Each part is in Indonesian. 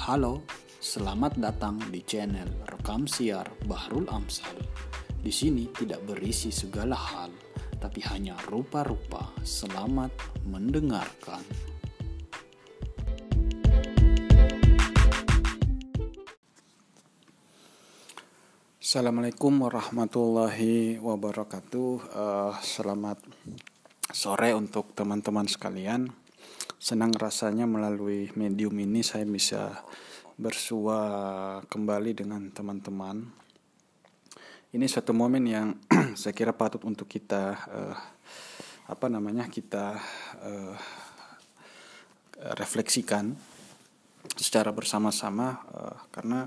Halo, selamat datang di channel Rekam Siar Bahrul Amsal. Di sini tidak berisi segala hal, tapi hanya rupa-rupa. Selamat mendengarkan. Assalamualaikum warahmatullahi wabarakatuh. Selamat sore untuk teman-teman sekalian. Senang rasanya melalui medium ini saya bisa bersua kembali dengan teman-teman. Ini suatu momen yang saya kira patut untuk kita refleksikan secara bersama-sama, karena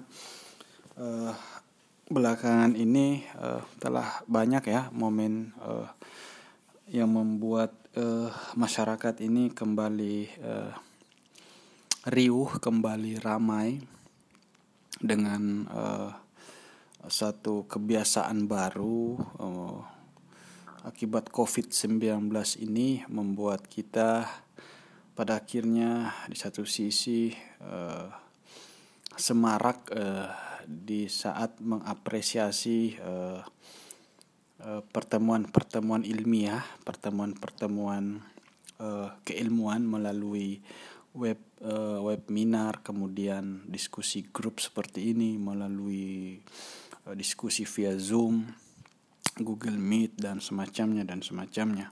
belakangan ini telah banyak ya momen yang membuat masyarakat ini kembali riuh, kembali ramai dengan satu kebiasaan baru. Akibat COVID-19 ini membuat kita pada akhirnya di satu sisi semarak di saat mengapresiasi pertemuan-pertemuan ilmiah, pertemuan-pertemuan keilmuan melalui webinar, kemudian diskusi grup seperti ini, melalui diskusi via Zoom, Google Meet dan semacamnya.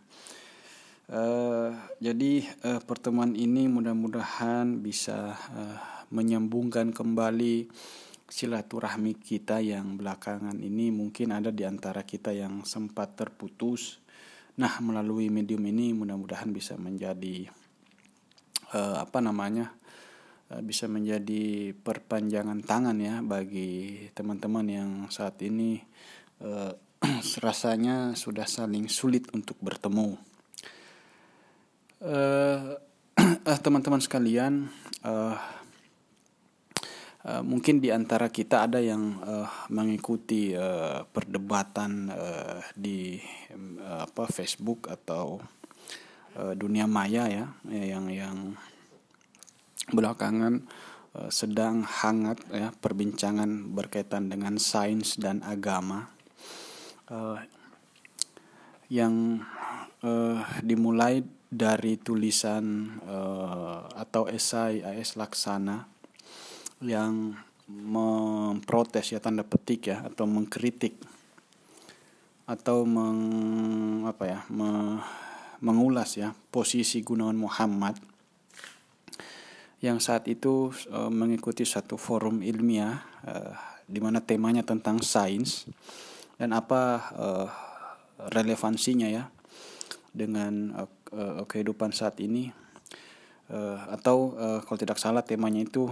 Jadi pertemuan ini mudah-mudahan bisa menyambungkan kembali silaturahmi kita yang belakangan ini mungkin ada di antara kita yang sempat terputus. Nah, melalui medium ini mudah-mudahan bisa menjadi bisa menjadi perpanjangan tangan ya bagi teman-teman yang saat ini rasanya sudah saling sulit untuk bertemu. Teman-teman sekalian, mungkin di antara kita ada yang mengikuti perdebatan di Facebook atau dunia maya ya, yang belakangan sedang hangat ya perbincangan berkaitan dengan sains dan agama, yang dimulai dari tulisan atau esai A.S. Laksana yang memprotes ya, tanda petik ya, atau mengkritik atau mengulas ya posisi Gunawan Muhammad yang saat itu mengikuti satu forum ilmiah di mana temanya tentang sains dan apa relevansinya ya dengan kehidupan saat ini. Atau kalau tidak salah temanya itu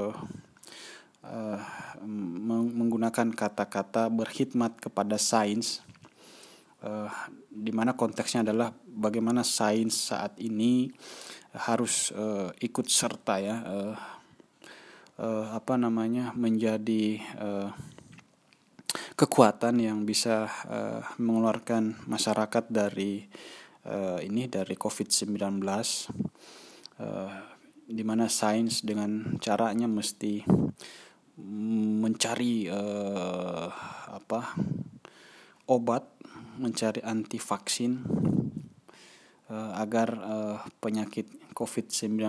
menggunakan kata-kata berkhidmat kepada sains, di mana konteksnya adalah bagaimana sains saat ini harus ikut serta ya menjadi kekuatan yang bisa mengeluarkan masyarakat dari COVID-19. Di mana sains dengan caranya mesti mencari obat, mencari anti vaksin agar penyakit COVID-19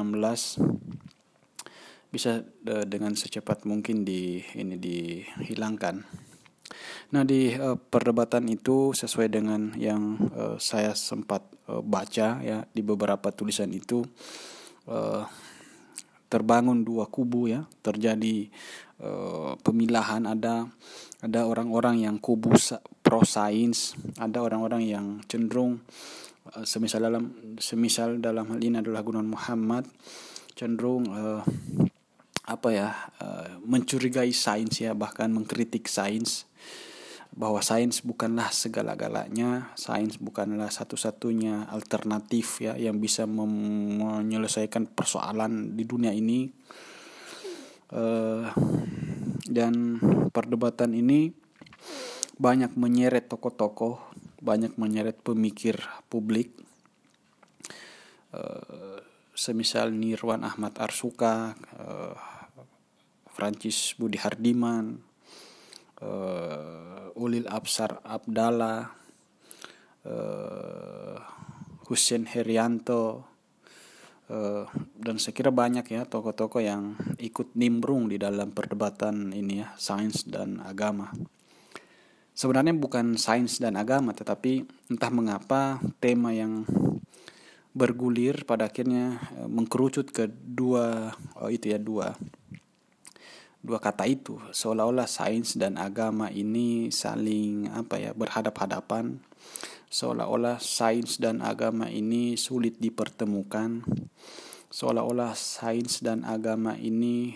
bisa dengan secepat mungkin dihilangkan. Nah, di perdebatan itu sesuai dengan yang saya sempat baca ya di beberapa tulisan itu, terbangun dua kubu ya, terjadi pemilahan. Ada orang-orang yang kubu pro sains, ada orang-orang yang cenderung semisal dalam hal ini adalah Gunawan Muhammad cenderung mencurigai sains ya, bahkan mengkritik sains, bahwa sains bukanlah segala-galanya, sains bukanlah satu-satunya alternatif ya yang bisa menyelesaikan persoalan di dunia ini. Dan perdebatan ini banyak menyeret tokoh-tokoh, banyak menyeret pemikir publik, semisal Nirwan Ahmad Arsuka, Prancis Budi Hardiman, Ulil Absar Abdallah, Hussein Herianto, dan saya kira banyak ya tokoh-tokoh yang ikut nimbrung di dalam perdebatan ini ya, sains dan agama. Sebenarnya bukan sains dan agama, tetapi entah mengapa tema yang bergulir pada akhirnya mengkerucut ke dua kata itu, seolah-olah sains dan agama ini saling berhadap-hadapan, seolah-olah sains dan agama ini sulit dipertemukan, seolah-olah sains dan agama ini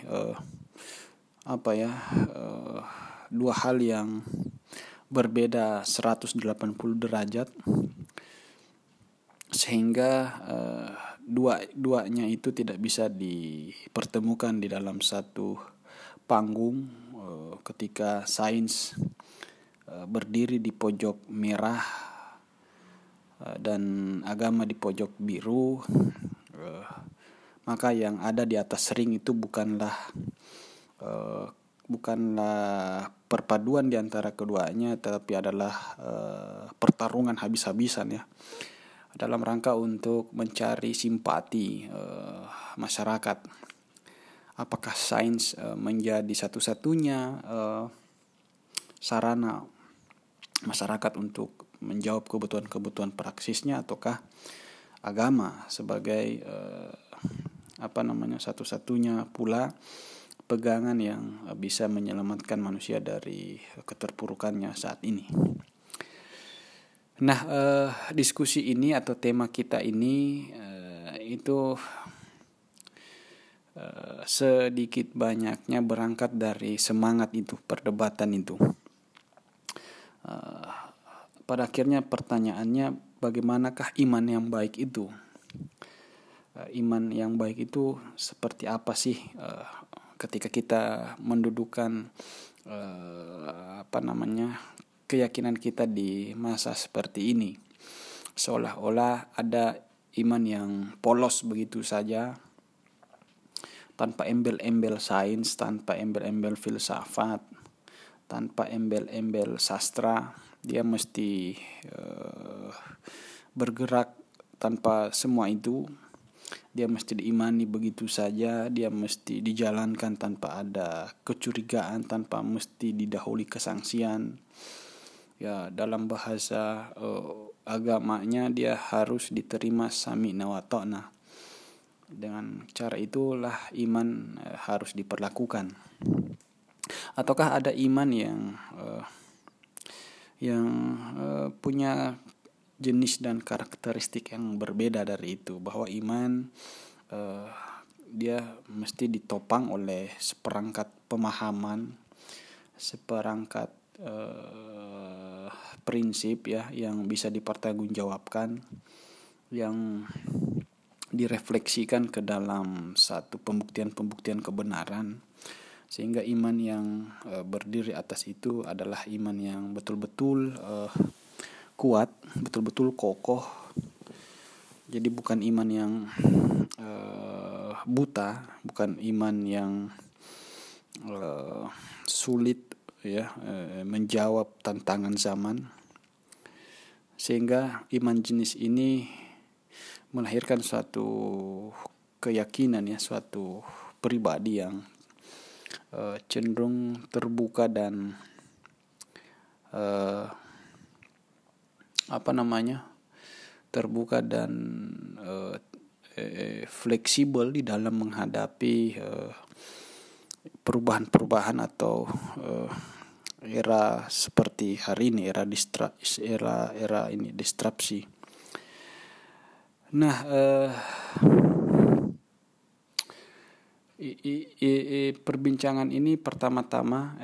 dua hal yang berbeda 180 derajat, sehingga duanya itu tidak bisa dipertemukan di dalam satu panggung ketika sains berdiri di pojok merah dan agama di pojok biru, maka yang ada di atas ring itu bukanlah perpaduan di antara keduanya, tetapi adalah pertarungan habis-habisan ya, dalam rangka untuk mencari simpati masyarakat. Apakah sains menjadi satu-satunya sarana masyarakat untuk menjawab kebutuhan-kebutuhan praksisnya, ataukah agama sebagai satu-satunya pula pegangan yang bisa menyelamatkan manusia dari keterpurukannya saat ini. Nah, diskusi ini atau tema kita ini itu sedikit banyaknya berangkat dari semangat itu, perdebatan itu. Pada akhirnya pertanyaannya, bagaimanakah iman yang baik itu? Iman yang baik itu seperti apa sih ketika kita mendudukan keyakinan kita di masa seperti ini? Seolah-olah ada iman yang polos begitu saja, tanpa embel-embel sains, tanpa embel-embel filsafat, tanpa embel-embel sastra. Dia mesti bergerak tanpa semua itu. Dia mesti diimani begitu saja. Dia mesti dijalankan tanpa ada kecurigaan, tanpa mesti didahului kesangsian. Ya, dalam bahasa agamanya dia harus diterima sami'na wa ta'na. Dengan cara itulah iman harus diperlakukan. Ataukah ada iman yang punya jenis dan karakteristik yang berbeda dari itu, bahwa iman dia mesti ditopang oleh seperangkat pemahaman, seperangkat prinsip ya, yang bisa dipertanggungjawabkan, yang direfleksikan ke dalam satu pembuktian kebenaran, sehingga iman yang berdiri atas itu adalah iman yang betul-betul kuat, betul-betul kokoh. Jadi bukan iman yang buta, bukan iman yang sulit ya menjawab tantangan zaman. Sehingga iman jenis ini melahirkan suatu keyakinan ya, suatu pribadi yang cenderung terbuka dan fleksibel di dalam menghadapi perubahan-perubahan atau era seperti hari ini, era disrupsi. Nah, perbincangan ini pertama-tama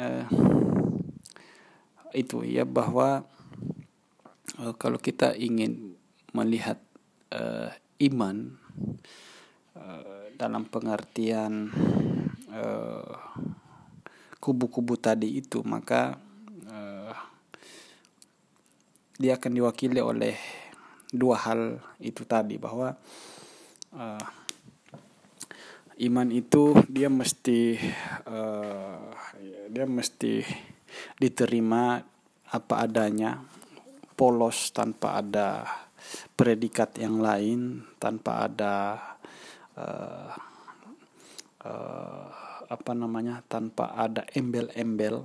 itu ya, bahwa kalau kita ingin melihat iman dalam pengertian kubu-kubu tadi itu, maka dia akan diwakili oleh dua hal itu tadi, bahwa iman itu dia mesti diterima apa adanya, polos tanpa ada predikat yang lain, tanpa ada tanpa ada embel-embel.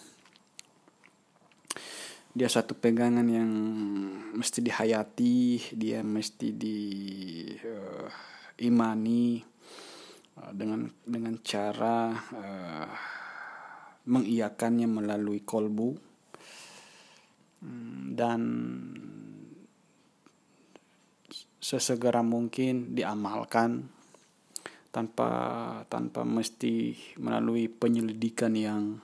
Dia satu pegangan yang mesti dihayati, dia mesti diimani dengan cara mengiyakannya melalui kolbu, dan sesegera mungkin diamalkan tanpa mesti melalui penyelidikan yang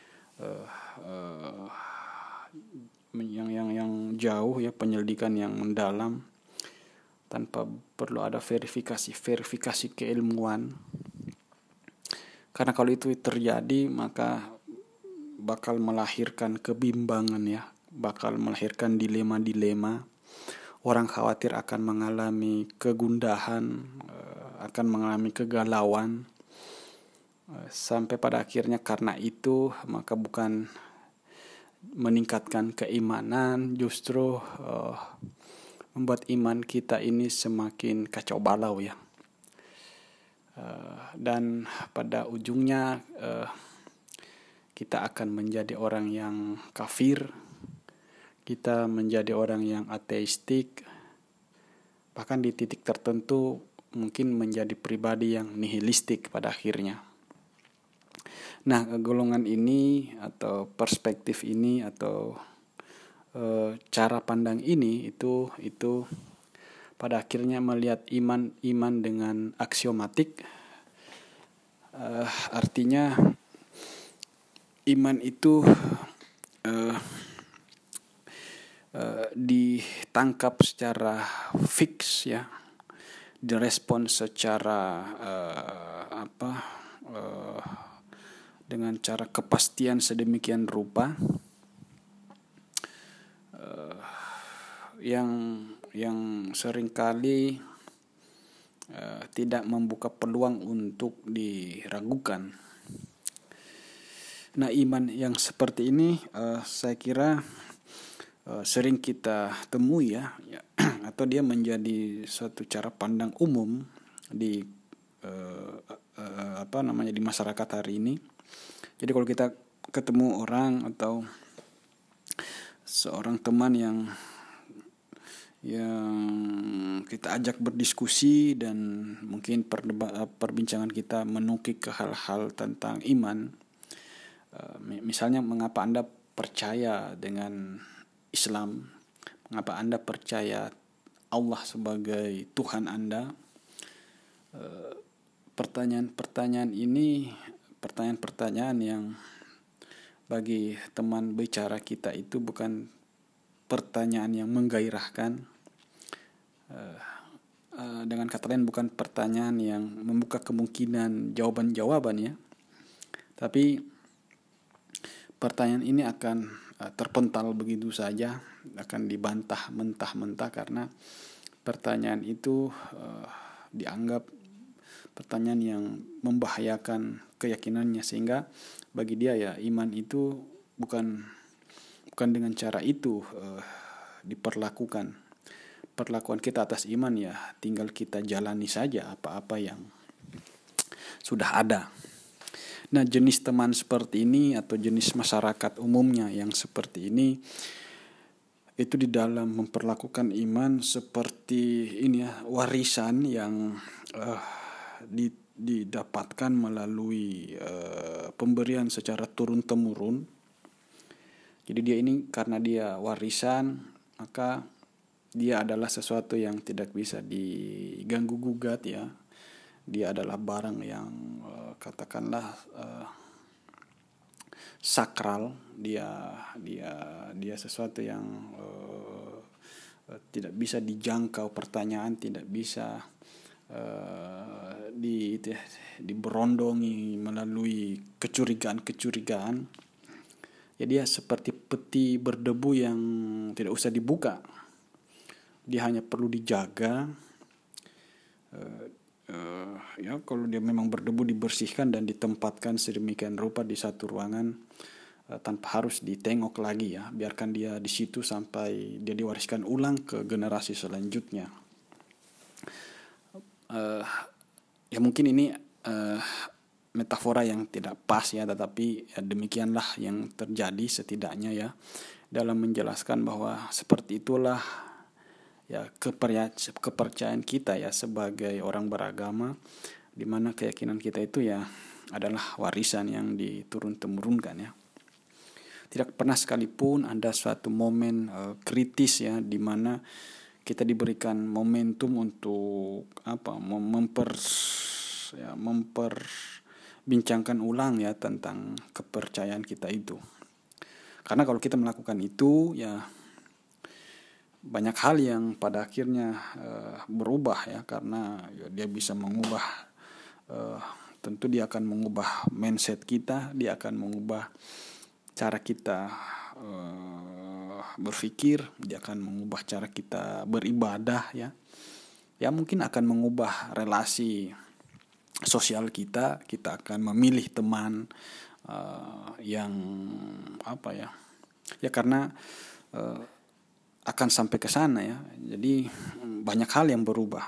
jauh ya, penyelidikan yang mendalam, tanpa perlu ada verifikasi keilmuan. Karena kalau itu terjadi maka bakal melahirkan kebimbangan ya, bakal melahirkan dilema-dilema. Orang khawatir akan mengalami kegundahan, akan mengalami kegalauan, sampai pada akhirnya karena itu maka bukan meningkatkan keimanan, justru membuat iman kita ini semakin kacau balau ya. Dan pada ujungnya kita akan menjadi orang yang kafir, kita menjadi orang yang ateistik, bahkan di titik tertentu mungkin menjadi pribadi yang nihilistik pada akhirnya. Nah, golongan ini atau perspektif ini atau cara pandang ini itu pada akhirnya melihat iman dengan aksiomatik. Artinya iman itu ditangkap secara fix ya, direspon secara dengan cara kepastian sedemikian rupa yang seringkali tidak membuka peluang untuk diragukan. Nah, iman yang seperti ini saya kira sering kita temui ya, atau dia menjadi suatu cara pandang umum di di masyarakat hari ini. Jadi kalau kita ketemu orang atau seorang teman yang kita ajak berdiskusi dan mungkin perbincangan kita menukik ke hal-hal tentang iman, misalnya mengapa Anda percaya dengan Islam, mengapa Anda percaya Allah sebagai Tuhan Anda. Pertanyaan-pertanyaan ini pertanyaan-pertanyaan yang bagi teman bicara kita itu bukan pertanyaan yang menggairahkan. Dengan kata lain, bukan pertanyaan yang membuka kemungkinan jawaban-jawaban ya. Tapi pertanyaan ini akan terpental begitu saja, akan dibantah mentah-mentah karena pertanyaan itu dianggap pertanyaan yang membahayakan keyakinannya, sehingga bagi dia ya iman itu bukan dengan cara itu diperlakukan. Perlakuan kita atas iman ya tinggal kita jalani saja apa-apa yang sudah ada. Nah, jenis teman seperti ini atau jenis masyarakat umumnya yang seperti ini itu di dalam memperlakukan iman seperti ini ya, warisan yang didapatkan melalui pemberian secara turun-temurun. Jadi dia ini karena dia warisan, maka dia adalah sesuatu yang tidak bisa diganggu-gugat ya. Dia adalah barang yang katakanlah sakral. Dia sesuatu yang tidak bisa dijangkau pertanyaan, tidak bisa diberondongi melalui kecurigaan. Ya, dia seperti peti berdebu yang tidak usah dibuka. Dia hanya perlu dijaga Ya kalau dia memang berdebu dibersihkan dan ditempatkan sedemikian rupa di satu ruangan tanpa harus ditengok lagi ya, biarkan dia di situ sampai dia diwariskan ulang ke generasi selanjutnya. Ya mungkin ini metafora yang tidak pas ya, tetapi ya, demikianlah yang terjadi setidaknya ya, dalam menjelaskan bahwa seperti itulah ya kepercayaan kita ya sebagai orang beragama, di mana keyakinan kita itu ya adalah warisan yang diturun-temurunkan ya. Tidak pernah sekalipun ada suatu momen kritis ya, di mana kita diberikan momentum untuk memperbincangkan ulang ya tentang kepercayaan kita itu. Karena kalau kita melakukan itu ya banyak hal yang pada akhirnya berubah ya, karena ya, dia bisa mengubah tentu dia akan mengubah mindset kita, dia akan mengubah cara kita berpikir, dia akan mengubah cara kita beribadah ya. Ya mungkin akan mengubah relasi sosial kita akan memilih teman yang ya karena akan sampai ke sana ya. Jadi banyak hal yang berubah.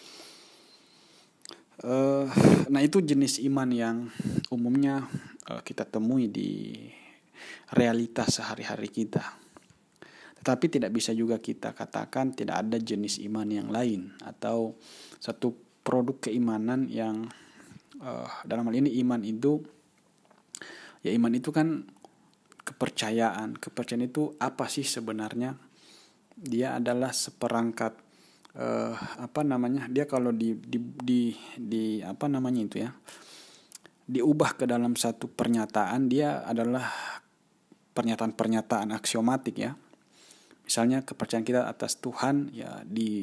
Nah itu jenis iman yang umumnya kita temui di realitas sehari-hari kita. Tetapi tidak bisa juga kita katakan tidak ada jenis iman yang lain atau satu produk keimanan yang dalam hal ini iman itu kan kepercayaan. Kepercayaan itu apa sih sebenarnya? Dia adalah seperangkat dia kalau diubah ke dalam satu pernyataan, dia adalah pernyataan aksiomatik ya. Misalnya kepercayaan kita atas Tuhan ya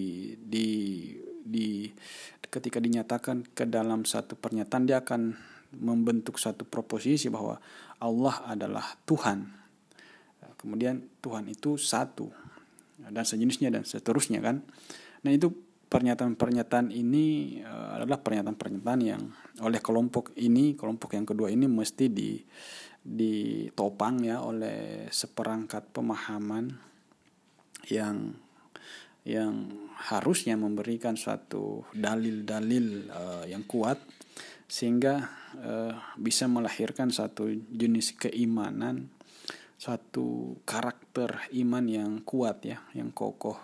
ketika dinyatakan ke dalam satu pernyataan, dia akan membentuk satu proposisi bahwa Allah adalah Tuhan. Kemudian Tuhan itu satu dan sejenisnya dan seterusnya kan. Nah itu pernyataan-pernyataan ini adalah pernyataan-pernyataan yang oleh kelompok yang kedua ini mesti ditopang ya oleh seperangkat pemahaman yang harusnya memberikan suatu dalil-dalil yang kuat sehingga bisa melahirkan satu jenis keimanan, satu karakter iman yang kuat ya, yang kokoh.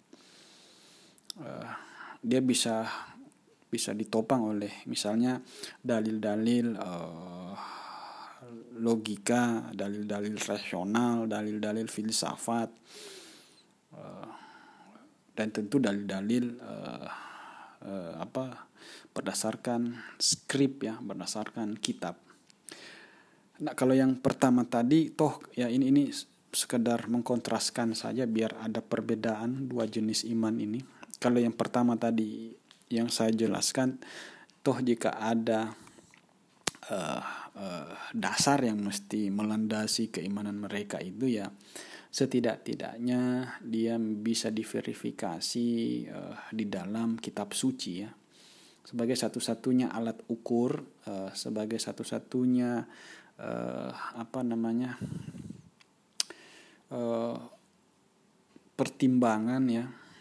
Dia bisa ditopang oleh misalnya dalil-dalil logika, dalil-dalil rasional, dalil-dalil filsafat, dan tentu dalil-dalil berdasarkan skrip ya, berdasarkan kitab. Nah kalau yang pertama tadi toh ya ini sekedar mengkontraskan saja biar ada perbedaan dua jenis iman ini. Kalau yang pertama tadi yang saya jelaskan, toh jika ada dasar yang mesti melandasi keimanan mereka itu ya setidak-tidaknya dia bisa diverifikasi di dalam kitab suci ya, sebagai satu-satunya alat ukur, sebagai satu-satunya pertimbangan ya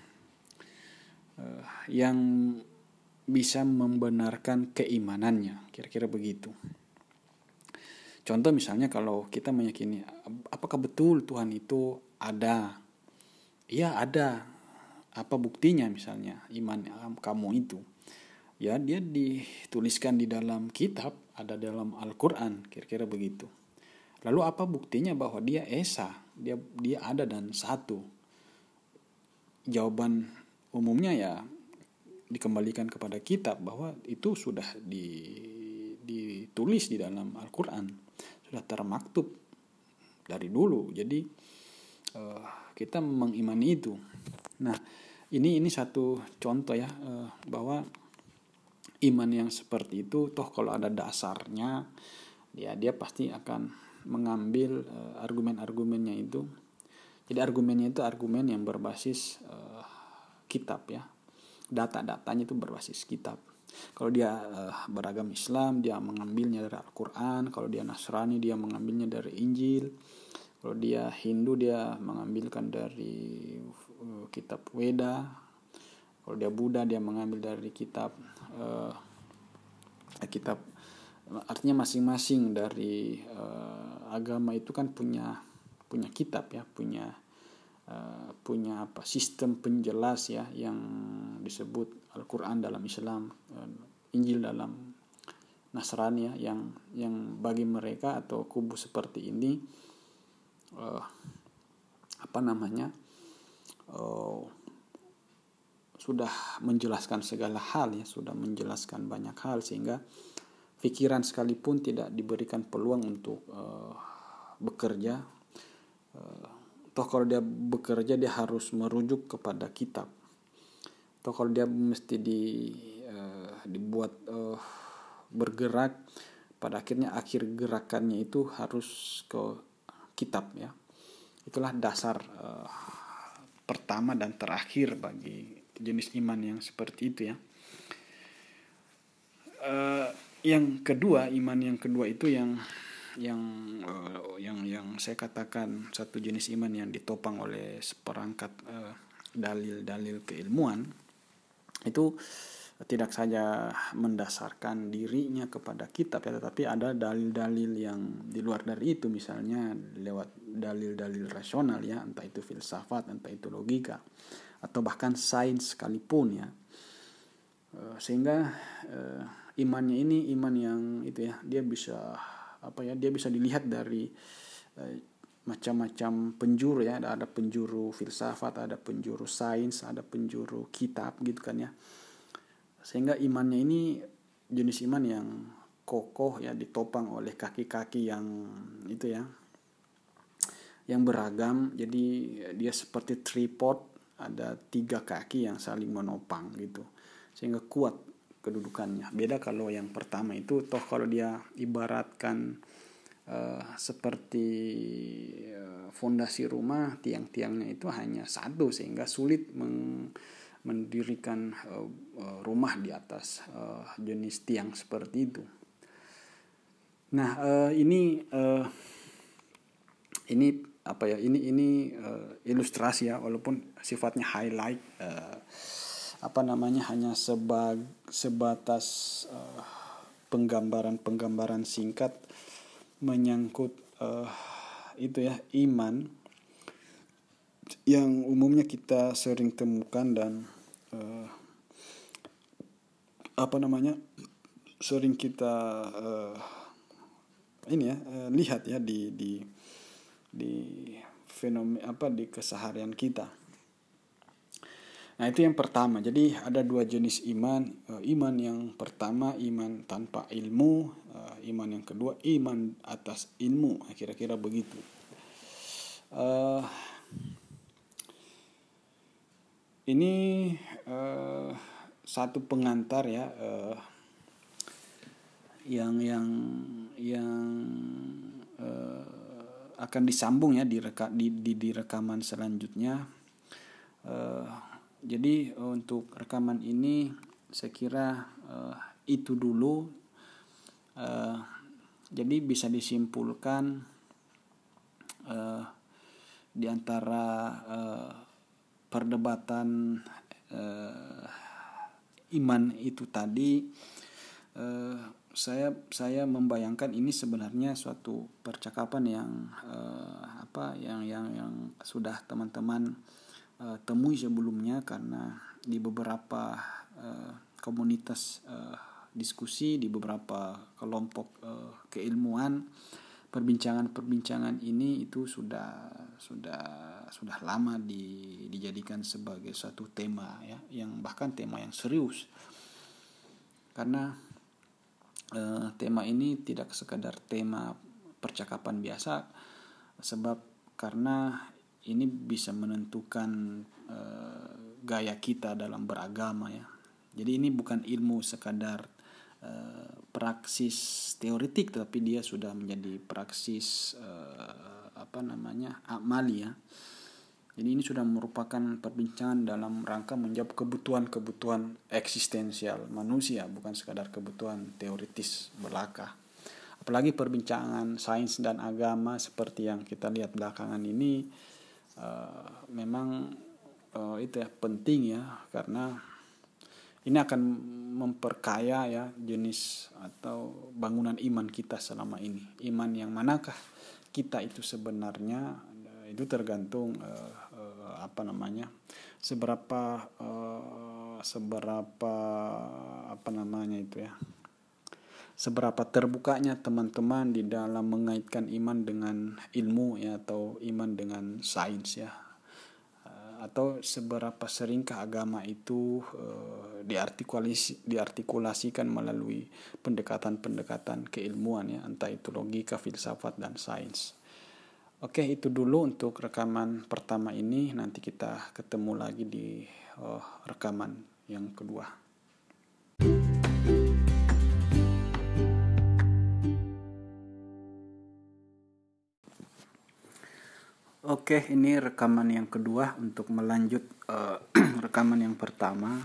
yang bisa membenarkan keimanannya, kira-kira begitu. Contoh misalnya kalau kita meyakini apakah betul Tuhan itu ada? Iya ada. Apa buktinya misalnya iman kamu itu? Ya dia dituliskan di dalam kitab, ada dalam Al-Quran, kira-kira begitu. Lalu apa buktinya bahwa dia esa, dia ada dan satu? Jawaban umumnya ya dikembalikan kepada kitab bahwa itu sudah ditulis di dalam Al-Quran, sudah termaktub dari dulu. Jadi kita mengimani itu. Nah ini satu contoh ya bahwa iman yang seperti itu toh kalau ada dasarnya ya dia pasti akan mengambil argumen-argumennya itu. Jadi argumennya itu argumen yang berbasis kitab ya, data-datanya itu berbasis kitab. Kalau dia beragam Islam, dia mengambilnya dari Al-Quran. Kalau dia Nasrani, dia mengambilnya dari Injil. Kalau dia Hindu, dia mengambilkan dari kitab Weda. Kalau dia Buddha, dia mengambil dari kitab artinya masing-masing dari agama itu kan punya kitab ya, punya sistem penjelas ya, yang disebut Al-Quran dalam Islam, Injil dalam Nasrani ya, yang bagi mereka atau kubu seperti ini sudah menjelaskan segala hal ya, sudah menjelaskan banyak hal, sehingga pikiran sekalipun tidak diberikan peluang untuk bekerja. Toh kalau dia bekerja, dia harus merujuk kepada kitab. Toh kalau dia mesti dibuat bergerak, pada akhirnya akhir gerakannya itu harus ke kitab ya. Itulah dasar pertama dan terakhir bagi jenis iman yang seperti itu ya. Yang kedua, iman yang kedua itu yang saya katakan satu jenis iman yang ditopang oleh seperangkat dalil-dalil keilmuan, itu tidak saja mendasarkan dirinya kepada kitab ya, tetapi ada dalil-dalil yang di luar dari itu, misalnya lewat dalil-dalil rasional ya, entah itu filsafat, entah itu logika, atau bahkan sains sekalipun ya. Sehingga imannya ini iman yang itu ya, dia bisa dilihat dari macam-macam penjuru ya. Ada penjuru filsafat, ada penjuru sains, ada penjuru kitab gitu kan ya. Sehingga imannya ini jenis iman yang kokoh ya, ditopang oleh kaki-kaki yang itu ya, yang beragam. Jadi dia seperti tripod, ada 3 kaki yang saling menopang gitu, sehingga kuat kedudukannya. Beda kalau yang pertama itu, toh kalau dia ibaratkan seperti fondasi rumah, tiang-tiangnya itu hanya satu, sehingga sulit mendirikan rumah di atas jenis tiang seperti itu. Nah, ini ilustrasi ya, walaupun sifatnya highlight, hanya sebatas penggambaran singkat menyangkut iman yang umumnya kita sering temukan dan sering kita lihat ya di fenomena di keseharian kita. Nah, itu yang pertama. Jadi ada 2 jenis iman. Iman yang pertama, iman tanpa ilmu. Iman yang kedua, iman atas ilmu. Kira-kira begitu. Ini satu pengantar ya, yang akan disambung ya di rekaman selanjutnya. Jadi untuk rekaman ini saya kira itu dulu. Jadi bisa disimpulkan di antara perdebatan iman itu tadi, saya membayangkan ini sebenarnya suatu percakapan yang yang sudah teman-teman temui sebelumnya, karena di beberapa komunitas diskusi, di beberapa kelompok keilmuan, perbincangan ini itu sudah lama dijadikan sebagai suatu tema ya, yang bahkan tema yang serius, karena tema ini tidak sekadar tema percakapan biasa, sebab karena ini bisa menentukan gaya kita dalam beragama ya. Jadi ini bukan ilmu sekadar praksis teoritik, tapi dia sudah menjadi praksis amali ya. Jadi ini sudah merupakan perbincangan dalam rangka menjawab kebutuhan-kebutuhan eksistensial manusia, bukan sekadar kebutuhan teoritis belaka. Apalagi perbincangan sains dan agama seperti yang kita lihat belakangan ini memang itu ya penting ya, karena ini akan memperkaya ya jenis atau bangunan iman kita selama ini. Iman yang manakah kita itu sebenarnya, itu tergantung seberapa seberapa terbukanya teman-teman di dalam mengaitkan iman dengan ilmu ya, atau iman dengan sains ya, atau seberapa seringkah agama itu diartikulasikan melalui pendekatan-pendekatan keilmuan ya, entah itu logika, filsafat, dan sains. Oke, itu dulu untuk rekaman pertama ini. Nanti kita ketemu lagi di rekaman yang kedua. Oke, ini rekaman yang kedua untuk melanjut rekaman yang pertama.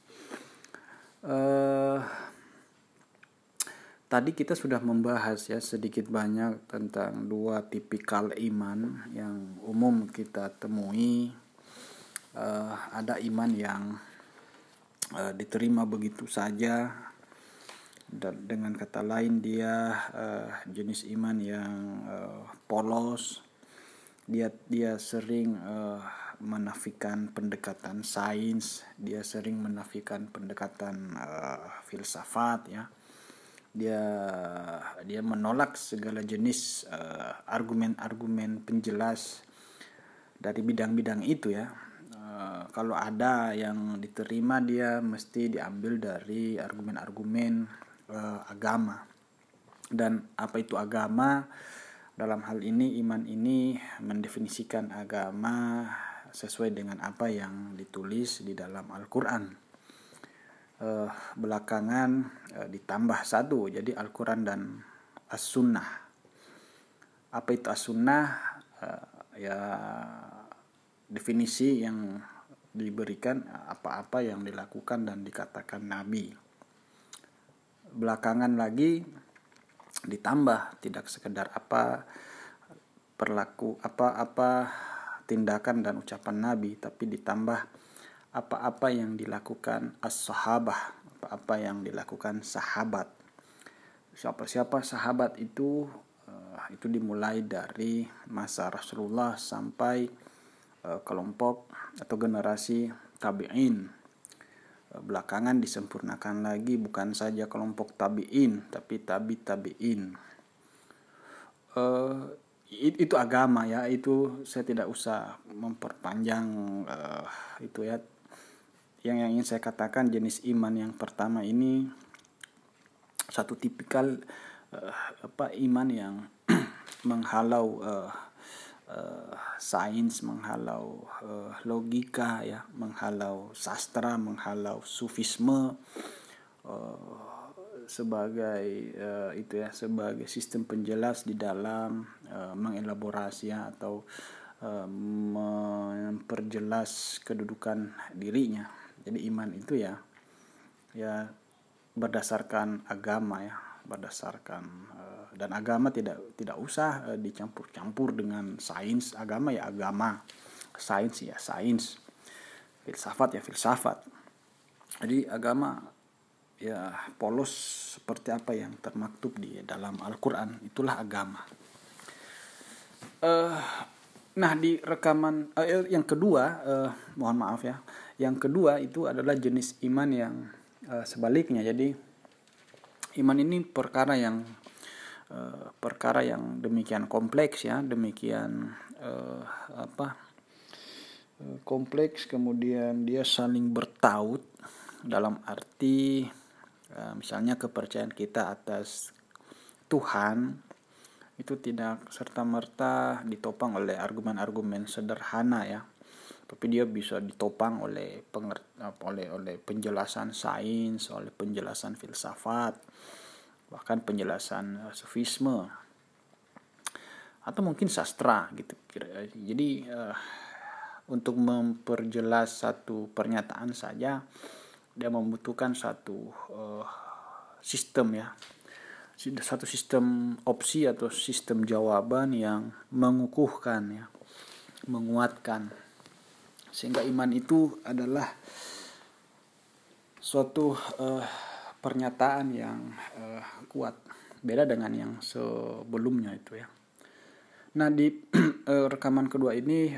Tadi kita sudah membahas ya sedikit banyak tentang dua tipikal iman yang umum kita temui. Ada iman yang diterima begitu saja, dan dengan kata lain dia jenis iman yang polos. Dia sering menafikan pendekatan sains, dia sering menafikan pendekatan filsafat ya. Dia menolak segala jenis argumen-argumen penjelas dari bidang-bidang itu ya. Kalau ada yang diterima, dia mesti diambil dari argumen-argumen agama. Dan apa itu agama? Dalam hal ini iman ini mendefinisikan agama sesuai dengan apa yang ditulis di dalam Al-Quran. Belakangan ditambah satu, jadi Al-Quran dan As-Sunnah. Apa itu As-Sunnah? Ya definisi yang diberikan apa-apa yang dilakukan dan dikatakan Nabi. Belakangan lagi ditambah, tidak sekedar apa tindakan dan ucapan Nabi, tapi ditambah apa-apa yang dilakukan as-sahabah, apa-apa yang dilakukan sahabat. Siapa sahabat itu dimulai dari masa Rasulullah sampai kelompok atau generasi tabi'in. Belakangan disempurnakan lagi, bukan saja kelompok tabi'in, tapi tabi'in. Itu agama ya, itu saya tidak usah memperpanjang itu ya. Yang ingin saya katakan, jenis iman yang pertama ini satu tipikal iman yang menghalau sains, menghalau logika ya, menghalau sastra, menghalau sufisme sebagai sebagai sistem penjelas di dalam mengelaborasi ya, atau memperjelas kedudukan dirinya. Jadi iman itu ya berdasarkan agama ya, dan agama tidak usah dicampur-campur dengan sains. Agama ya agama, sains ya sains, filsafat ya filsafat. Jadi agama ya polos seperti apa yang termaktub di dalam Al-Quran, itulah agama. Nah, di rekaman yang kedua, mohon maaf ya, yang kedua itu adalah jenis iman yang sebaliknya. Jadi iman ini perkara yang demikian kompleks ya, demikian kompleks, kemudian dia saling bertaut dalam arti misalnya kepercayaan kita atas Tuhan itu tidak serta-merta ditopang oleh argumen-argumen sederhana ya, tapi dia bisa ditopang oleh penjelasan sains, oleh penjelasan filsafat, bahkan penjelasan sufisme atau mungkin sastra gitu. Jadi untuk memperjelas satu pernyataan saja dia membutuhkan satu sistem ya, satu sistem opsi atau sistem jawaban yang mengukuhkan ya, menguatkan, sehingga iman itu adalah suatu pernyataan yang kuat, beda dengan yang sebelumnya itu ya. Nah di rekaman kedua ini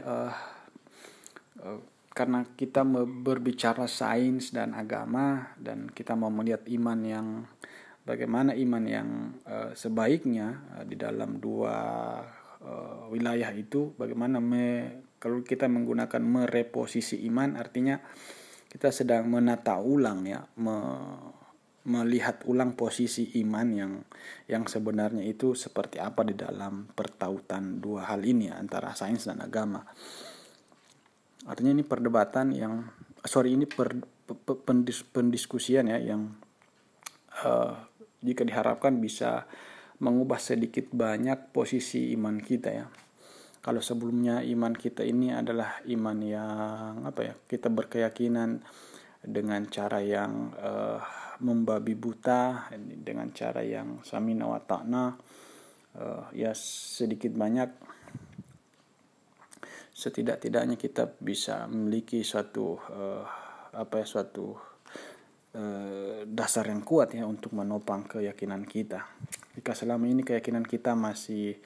karena kita berbicara sains dan agama, dan kita mau melihat iman yang bagaimana iman yang sebaiknya di dalam dua wilayah itu, bagaimana kalau kita menggunakan mereposisi iman, artinya kita sedang menata ulang ya, melihat ulang posisi iman yang sebenarnya itu seperti apa di dalam pertautan dua hal ini ya, antara sains dan agama. Artinya ini perdebatan yang pendiskusian ya, yang jika diharapkan bisa mengubah sedikit banyak posisi iman kita ya. Kalau sebelumnya iman kita ini adalah iman yang kita berkeyakinan dengan cara yang membabi buta, dengan cara yang samina wa ta'na, ya sedikit banyak setidak-tidaknya kita bisa memiliki suatu dasar yang kuat ya untuk menopang keyakinan kita. Jika selama ini keyakinan kita masih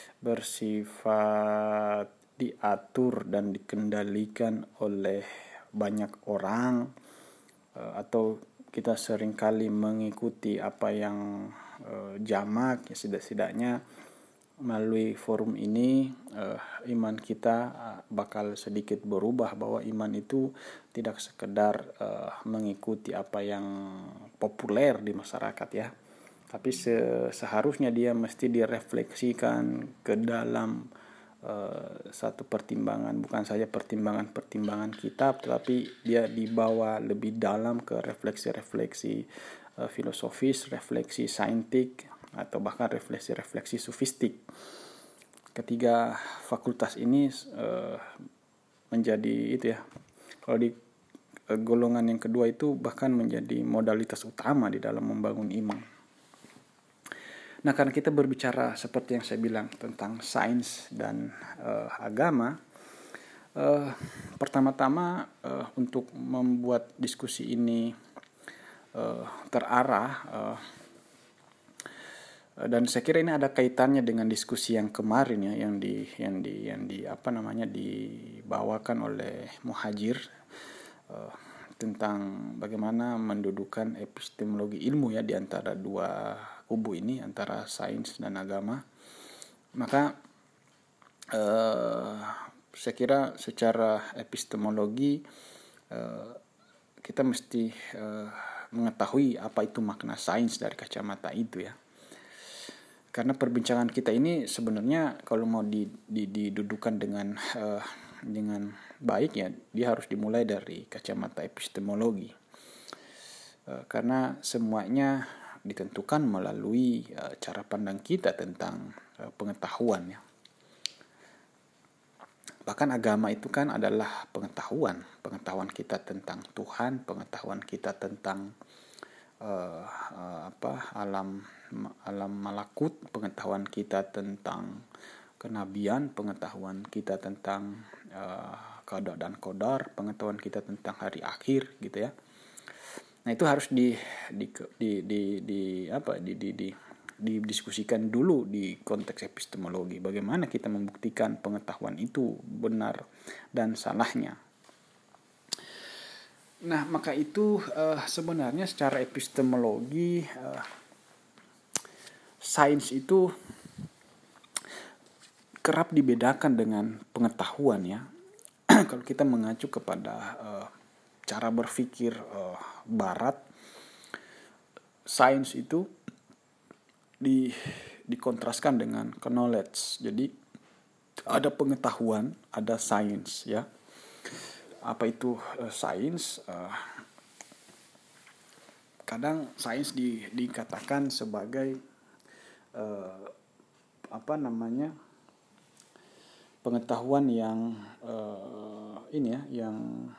bersifat diatur dan dikendalikan oleh banyak orang, atau kita seringkali mengikuti apa yang jamak ya, setidaknya melalui forum ini iman kita bakal sedikit berubah, bahwa iman itu tidak sekedar mengikuti apa yang populer di masyarakat ya, tapi seharusnya dia mesti direfleksikan ke dalam satu pertimbangan, bukan saja pertimbangan kitab, tetapi dia dibawa lebih dalam ke refleksi-refleksi filosofis, refleksi saintik, atau bahkan refleksi-refleksi sofistik. Ketiga fakultas ini menjadi itu ya, kalau di golongan yang kedua itu bahkan menjadi modalitas utama di dalam membangun iman. Nah, karena kita berbicara seperti yang saya bilang tentang sains dan agama, pertama-tama untuk membuat diskusi ini terarah, dan saya kira ini ada kaitannya dengan diskusi yang kemarin ya, yang dibawakan oleh Muhajir tentang bagaimana mendudukan epistemologi ilmu ya di antara dua kubu ini, antara sains dan agama. Maka saya kira secara epistemologi kita mesti mengetahui apa itu makna sains dari kacamata itu ya. Karena perbincangan kita ini sebenarnya kalau mau didudukan dengan baik ya, dia harus dimulai dari kacamata epistemologi. Karena semuanya ditentukan melalui cara pandang kita tentang pengetahuan ya. Bahkan agama itu kan adalah pengetahuan kita tentang Tuhan, pengetahuan kita tentang alam malakut, pengetahuan kita tentang kenabian, pengetahuan kita tentang qada dan qadar, pengetahuan kita tentang hari akhir gitu ya. Nah, itu harus didiskusikan dulu di konteks epistemologi, bagaimana kita membuktikan pengetahuan itu benar dan salahnya. Nah, maka itu sebenarnya secara epistemologi sains itu kerap dibedakan dengan pengetahuan ya. Kalau kita mengacu kepada cara berpikir Barat, sains itu dikontraskan dengan knowledge. Jadi ada pengetahuan, ada sains ya. Apa itu sains? Kadang sains dikatakan sebagai pengetahuan yang yang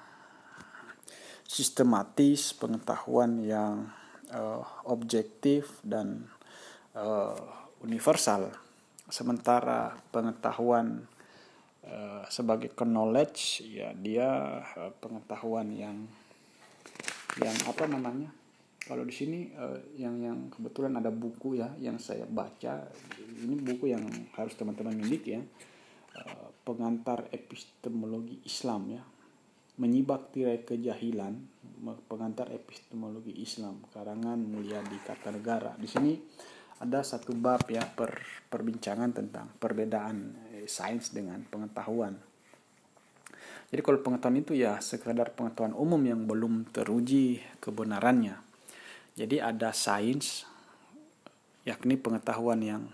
sistematis, pengetahuan yang objektif dan universal. Sementara pengetahuan sebagai knowledge, ya dia pengetahuan yang apa namanya? Kalau di sini yang kebetulan ada buku ya yang saya baca, ini buku yang harus teman-teman miliki ya, pengantar epistemologi Islam ya, menyibak tirai kejahilan, pengantar epistemologi Islam, karangan Mulyadi Kartanegara. Di sini ada satu bab ya, perbincangan tentang perbedaan sains dengan pengetahuan. Jadi kalau pengetahuan itu ya sekadar pengetahuan umum yang belum teruji kebenarannya. Jadi ada sains, yakni pengetahuan yang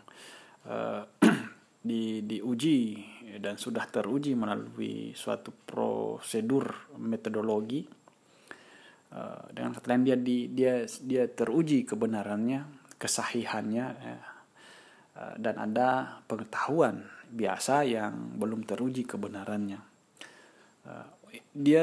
diuji dan sudah teruji melalui suatu prosedur metodologi. Dengan kata lain dia teruji kebenarannya, kesahihannya, dan ada pengetahuan biasa yang belum teruji kebenarannya. Dia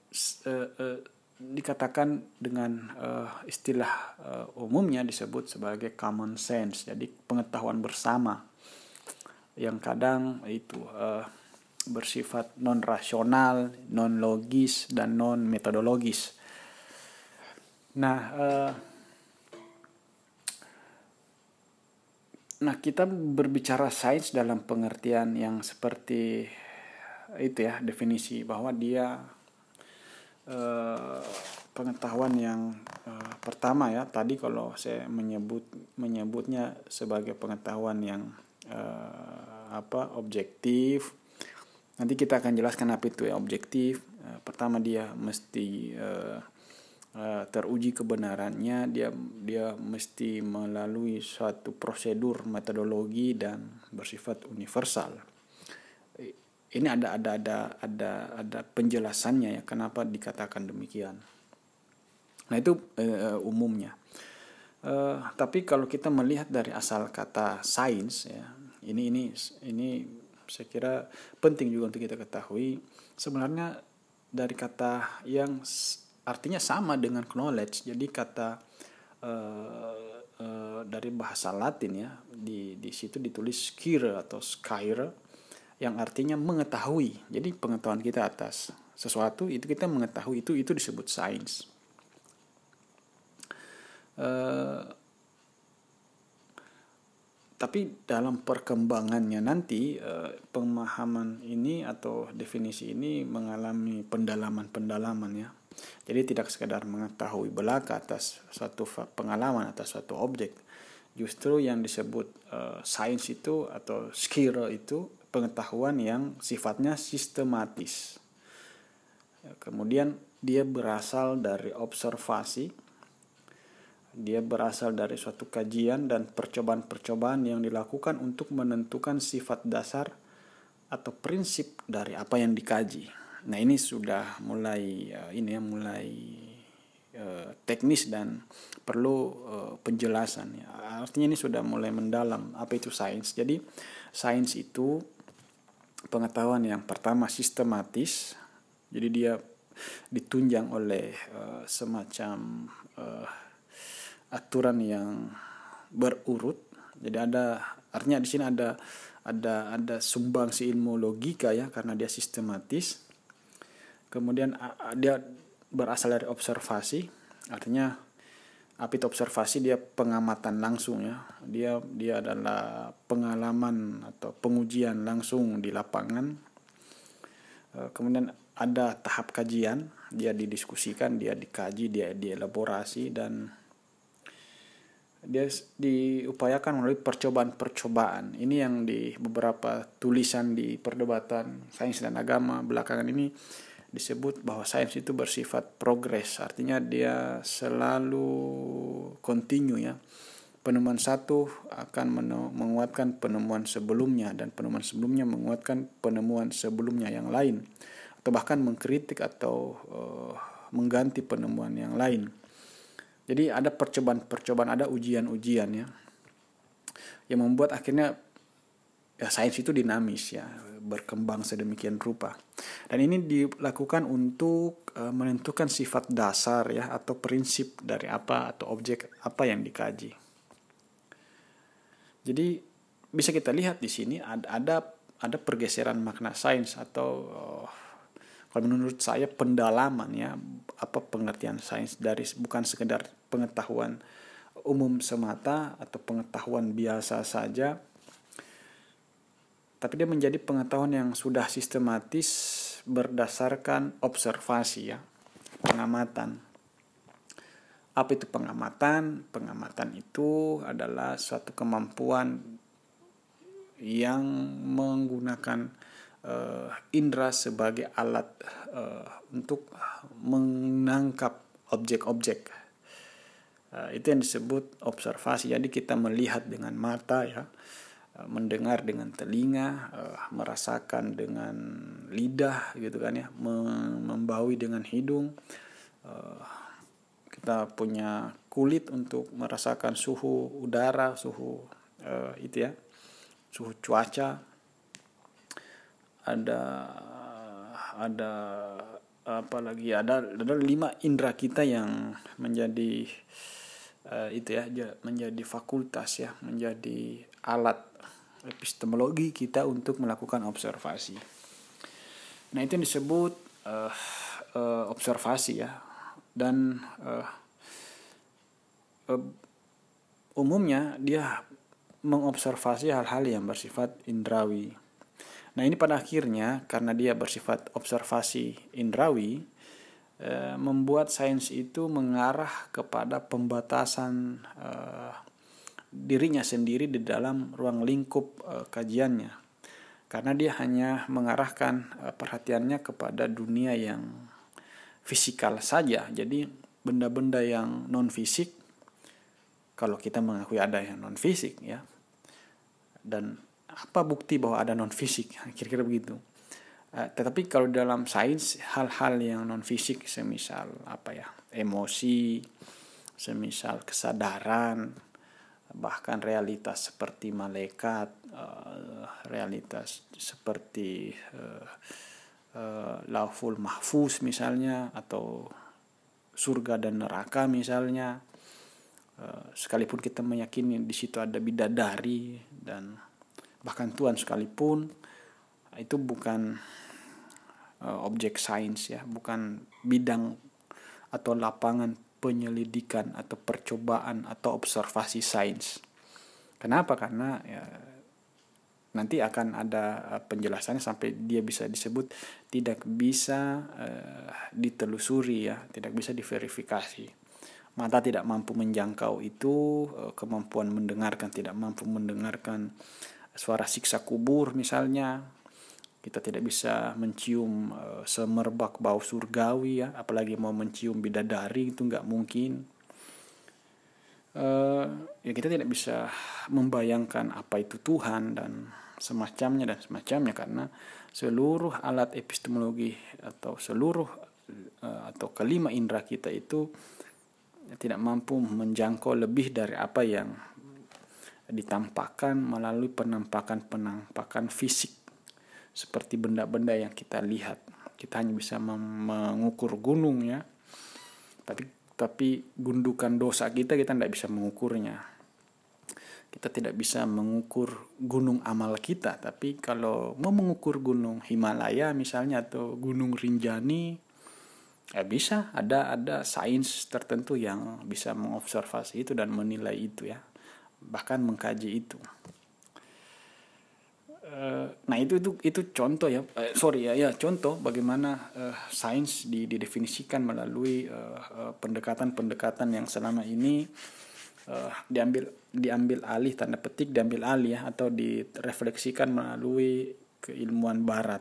dikatakan dengan istilah umumnya disebut sebagai common sense, jadi pengetahuan bersama yang kadang itu bersifat non rasional, non logis dan non metodologis. Nah, kita berbicara sains dalam pengertian yang seperti itu ya, definisi bahwa dia pengetahuan yang pertama ya, tadi kalau saya menyebutnya sebagai pengetahuan yang objektif. Nanti kita akan jelaskan apa itu ya objektif. Pertama dia mesti teruji kebenarannya, dia mesti melalui suatu prosedur metodologi dan bersifat universal. Ini ada penjelasannya ya kenapa dikatakan demikian. Nah itu umumnya. Tapi kalau kita melihat dari asal kata sains ya, ini saya kira penting juga untuk kita ketahui. Sebenarnya dari kata yang artinya sama dengan knowledge. Jadi kata dari bahasa Latin ya, di situ ditulis scire atau scire yang artinya mengetahui. Jadi pengetahuan kita atas sesuatu itu kita mengetahui, itu disebut sains. Tapi dalam perkembangannya nanti pemahaman ini atau definisi ini mengalami pendalaman ya. Jadi tidak sekadar mengetahui belaka atas suatu pengalaman, atas suatu objek. Justru yang disebut sains itu atau scire itu pengetahuan yang sifatnya sistematis. Kemudian dia berasal dari observasi, dia berasal dari suatu kajian dan percobaan-percobaan yang dilakukan untuk menentukan sifat dasar atau prinsip dari apa yang dikaji. Nah ini sudah mulai teknis dan perlu penjelasan. Artinya ini sudah mulai mendalam apa itu sains. Jadi sains itu pengetahuan yang pertama sistematis. Jadi dia ditunjang oleh semacam aturan yang berurut. Jadi artinya di sini ada sumbangsi ilmu logika ya, karena dia sistematis. Kemudian dia berasal dari observasi, artinya apa itu observasi? Dia pengamatan langsung ya. Dia adalah pengalaman atau pengujian langsung di lapangan. Kemudian ada tahap kajian, dia didiskusikan, dia dikaji, dia dielaborasi, dan dia diupayakan melalui percobaan-percobaan. Ini yang di beberapa tulisan di perdebatan sains dan agama belakangan ini disebut bahwa sains itu bersifat progres, artinya dia selalu kontinu ya. Penemuan satu akan menguatkan penemuan sebelumnya, dan penemuan sebelumnya menguatkan penemuan sebelumnya yang lain, atau bahkan mengkritik atau mengganti penemuan yang lain. Jadi ada percobaan-percobaan, ada ujian-ujian ya, yang membuat akhirnya ya sains itu dinamis ya, berkembang sedemikian rupa. Dan ini dilakukan untuk menentukan sifat dasar ya, atau prinsip dari apa atau objek apa yang dikaji. Jadi bisa kita lihat di sini ada pergeseran makna sains, atau kalau menurut saya pendalaman ya, apa pengertian sains dari bukan sekedar pengetahuan umum semata atau pengetahuan biasa saja, tapi dia menjadi pengetahuan yang sudah sistematis berdasarkan observasi ya, pengamatan. Apa itu pengamatan? Pengamatan itu adalah suatu kemampuan yang menggunakan indera sebagai alat untuk menangkap objek-objek. Itu yang disebut observasi. Jadi kita melihat dengan mata ya, mendengar dengan telinga, merasakan dengan lidah gitu kan ya, membaui dengan hidung. Kita punya kulit untuk merasakan suhu udara, suhu itu ya, suhu cuaca. Ada apa lagi? Ada 5 indera kita yang menjadi itu ya, menjadi fakultas ya, menjadi alat epistemologi kita untuk melakukan observasi. Nah, itu yang disebut observasi ya. Dan umumnya dia mengobservasi hal-hal yang bersifat indrawi. Nah, ini pada akhirnya karena dia bersifat observasi indrawi, membuat sains itu mengarah kepada pembatasan dirinya sendiri di dalam ruang lingkup kajiannya, karena dia hanya mengarahkan perhatiannya kepada dunia yang fisikal saja. Jadi benda-benda yang non fisik, kalau kita mengakui ada yang non fisik ya, dan apa bukti bahwa ada non fisik, kira-kira begitu. Tetapi kalau dalam sains, hal-hal yang non fisik, semisal apa ya, emosi, semisal kesadaran, bahkan realitas seperti malaikat, realitas seperti Lauhul Mahfuz misalnya, atau surga dan neraka misalnya, sekalipun kita meyakini di situ ada bidadari dan bahkan Tuhan sekalipun, itu bukan objek sains ya, bukan bidang atau lapangan penyelidikan atau percobaan atau observasi sains. Kenapa? Karena ya, nanti akan ada penjelasannya sampai dia bisa disebut tidak bisa ditelusuri ya, tidak bisa diverifikasi. Mata tidak mampu menjangkau itu, kemampuan mendengarkan tidak mampu mendengarkan suara siksa kubur misalnya. Kita tidak bisa mencium semerbak bau surgawi ya, apalagi mau mencium bidadari, itu nggak mungkin. Ya kita tidak bisa membayangkan apa itu Tuhan dan semacamnya karena seluruh alat epistemologi atau seluruh atau kelima indera kita itu tidak mampu menjangkau lebih dari apa yang ditampakkan melalui penampakan fisik seperti benda-benda yang kita lihat. Kita hanya bisa mengukur gunung ya, tapi gundukan dosa kita tidak bisa mengukurnya. Kita tidak bisa mengukur gunung amal kita, tapi kalau mau mengukur gunung Himalaya misalnya atau gunung Rinjani, ya bisa, ada sains tertentu yang bisa mengobservasi itu dan menilai itu ya, bahkan mengkaji itu. Nah itu contoh ya, contoh bagaimana sains didefinisikan melalui pendekatan yang selama ini diambil alih, tanda petik diambil alih ya, atau direfleksikan melalui keilmuan barat.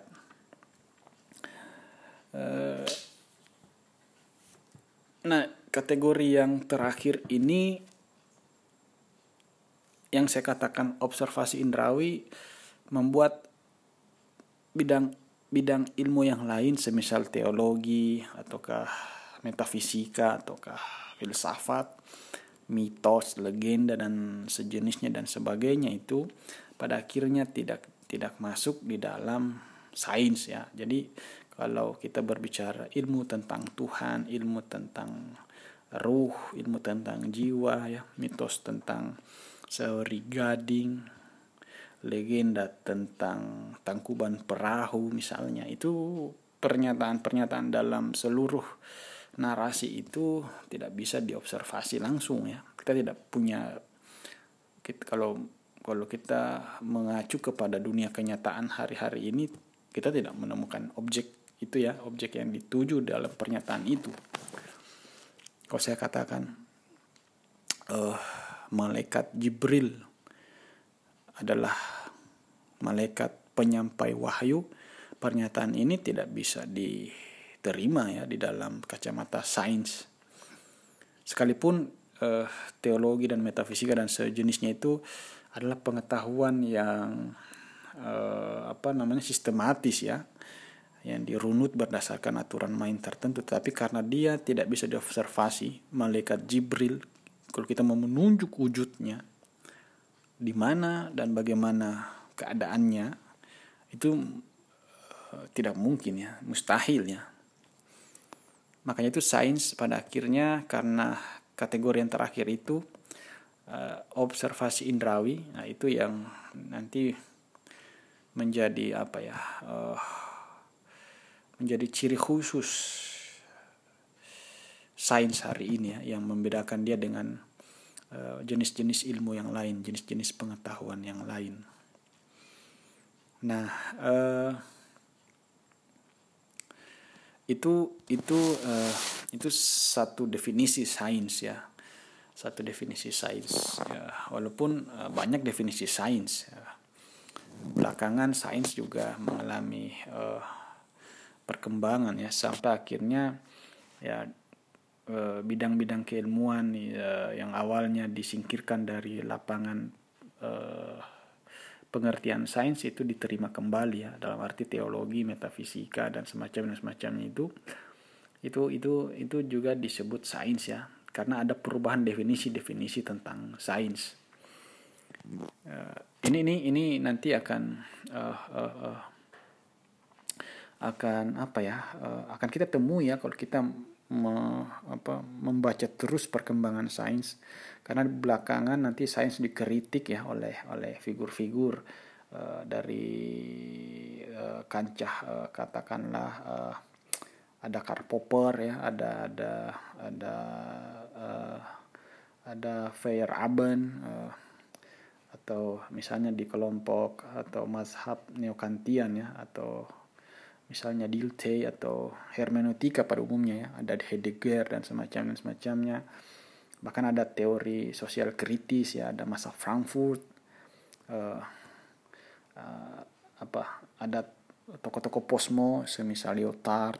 Nah, kategori yang terakhir ini yang saya katakan observasi indrawi membuat bidang ilmu yang lain semisal teologi ataukah metafisika ataukah filsafat, mitos, legenda dan sejenisnya dan sebagainya itu pada akhirnya tidak masuk di dalam sains ya. Jadi kalau kita berbicara ilmu tentang Tuhan, ilmu tentang ruh, ilmu tentang jiwa ya, mitos tentang Seori Gading, legenda tentang Tangkuban Perahu misalnya, itu pernyataan-pernyataan dalam seluruh narasi itu tidak bisa diobservasi langsung ya. Kita tidak punya, kalau kita mengacu kepada dunia kenyataan hari-hari ini, kita tidak menemukan objek itu ya, objek yang dituju dalam pernyataan itu. Kalau saya katakan malaikat Jibril adalah malaikat penyampai wahyu, pernyataan ini tidak bisa diterima ya di dalam kacamata sains. Sekalipun teologi dan metafisika dan sejenisnya itu adalah pengetahuan yang sistematis ya, yang dirunut berdasarkan aturan main tertentu, tapi karena dia tidak bisa diobservasi, malaikat Jibril, kalau kita mau menunjuk wujudnya di mana dan bagaimana keadaannya, itu tidak mungkin ya, mustahil ya. Makanya itu sains pada akhirnya, karena kategori yang terakhir itu observasi indrawi, nah itu yang nanti menjadi menjadi ciri khusus sains hari ini ya, yang membedakan dia dengan jenis-jenis ilmu yang lain, jenis-jenis pengetahuan yang lain. Nah, itu satu definisi sains ya, satu definisi sains ya, walaupun banyak definisi sains ya. Belakangan sains juga mengalami perkembangan ya, sampai akhirnya ya bidang-bidang keilmuan yang awalnya disingkirkan dari lapangan pengertian sains itu diterima kembali ya, dalam arti teologi, metafisika dan semacamnya itu juga disebut sains ya, karena ada perubahan definisi tentang sains. Ini nanti akan akan kita temui ya kalau kita membaca terus perkembangan sains, karena belakangan nanti sains dikritik ya oleh figur-figur dari kancah katakanlah ada Karl Popper ya, ada Feyerabend, atau misalnya di kelompok atau mazhab neokantian ya, atau misalnya Dilthey atau hermeneutika pada umumnya ya, ada Heidegger dan semacamnya. Bahkan ada teori sosial kritis ya, ada masa Frankfurt, ada tokoh-tokoh posmo semisal Lyotard,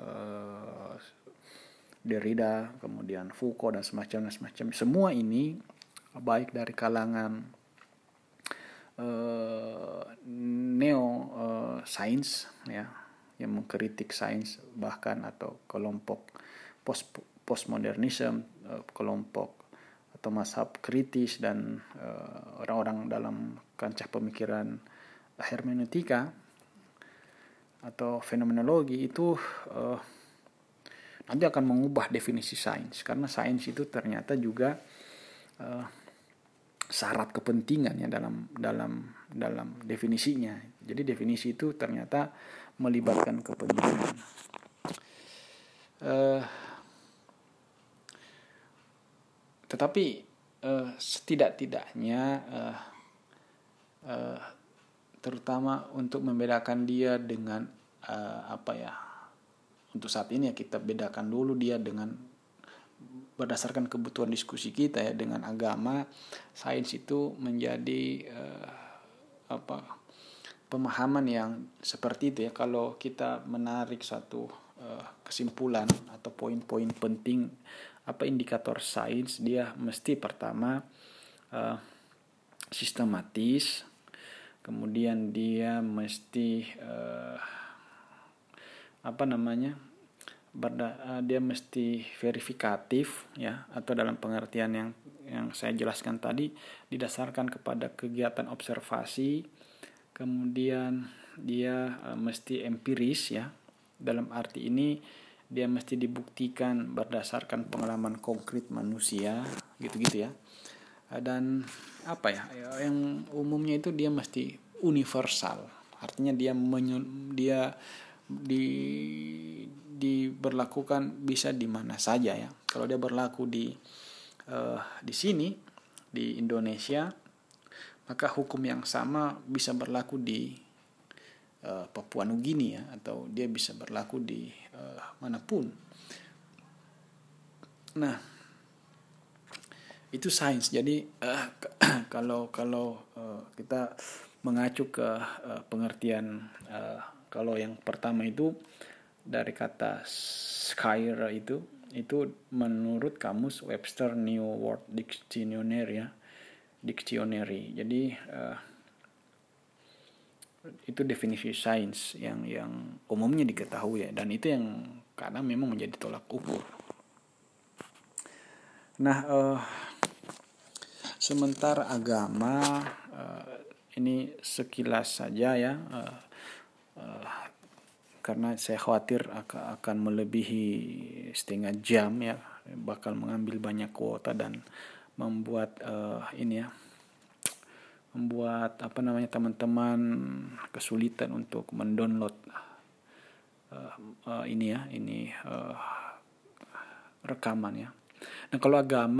Derrida, kemudian Foucault dan semacamnya. Semua ini baik dari kalangan neo sains ya, yang mengkritik sains, bahkan atau kelompok postmodernisme, kelompok atau mazhab kritis, dan orang-orang dalam kancah pemikiran hermeneutika atau fenomenologi itu nanti akan mengubah definisi sains, karena sains itu ternyata juga syarat kepentingan ya dalam definisinya. Jadi definisi itu ternyata melibatkan kepentingan. Tetapi setidak-tidaknya terutama untuk membedakan dia dengan untuk saat ini ya, kita bedakan dulu dia dengan berdasarkan kebutuhan diskusi kita ya, dengan agama. Sains itu menjadi pemahaman yang seperti itu ya. Kalau kita menarik satu kesimpulan atau poin-poin penting indikator sains, dia mesti pertama sistematis, kemudian dia mesti dia mesti verifikatif ya, atau dalam pengertian yang yang saya jelaskan tadi didasarkan kepada kegiatan observasi, kemudian dia mesti empiris ya. Dalam arti ini dia mesti dibuktikan berdasarkan pengalaman konkret manusia, gitu-gitu ya. Dan apa ya, yang umumnya itu dia mesti universal. Artinya dia diberlakukan bisa di mana saja ya. Kalau dia berlaku di sini di Indonesia, maka hukum yang sama bisa berlaku di Papua Nugini ya, atau dia bisa berlaku di manapun. Nah, itu sains. Jadi kalau kita mengacu ke pengertian kalau yang pertama itu dari kata Skyr itu menurut kamus Webster New World Dictionary ya, dictionary. Jadi itu definisi sains yang umumnya diketahui ya, dan itu yang kadang memang menjadi tolak ukur. Nah, sementara agama ini sekilas saja ya, karena saya khawatir akan melebihi setengah jam ya, bakal mengambil banyak kuota dan membuat membuat teman-teman kesulitan untuk mendownload rekaman ya. Nah, kalau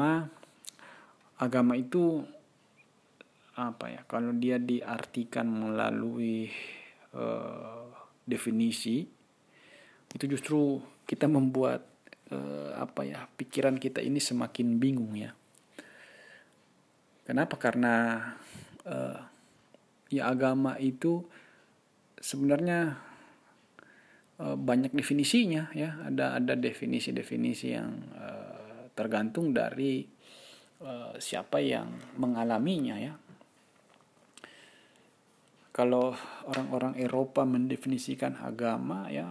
agama itu apa ya? Kalau dia diartikan melalui definisi, itu justru kita membuat pikiran kita ini semakin bingung ya. Kenapa? Karena agama itu sebenarnya banyak definisinya ya. Ada definisi-definisi yang tergantung dari siapa yang mengalaminya ya. Kalau orang-orang Eropa mendefinisikan agama ya,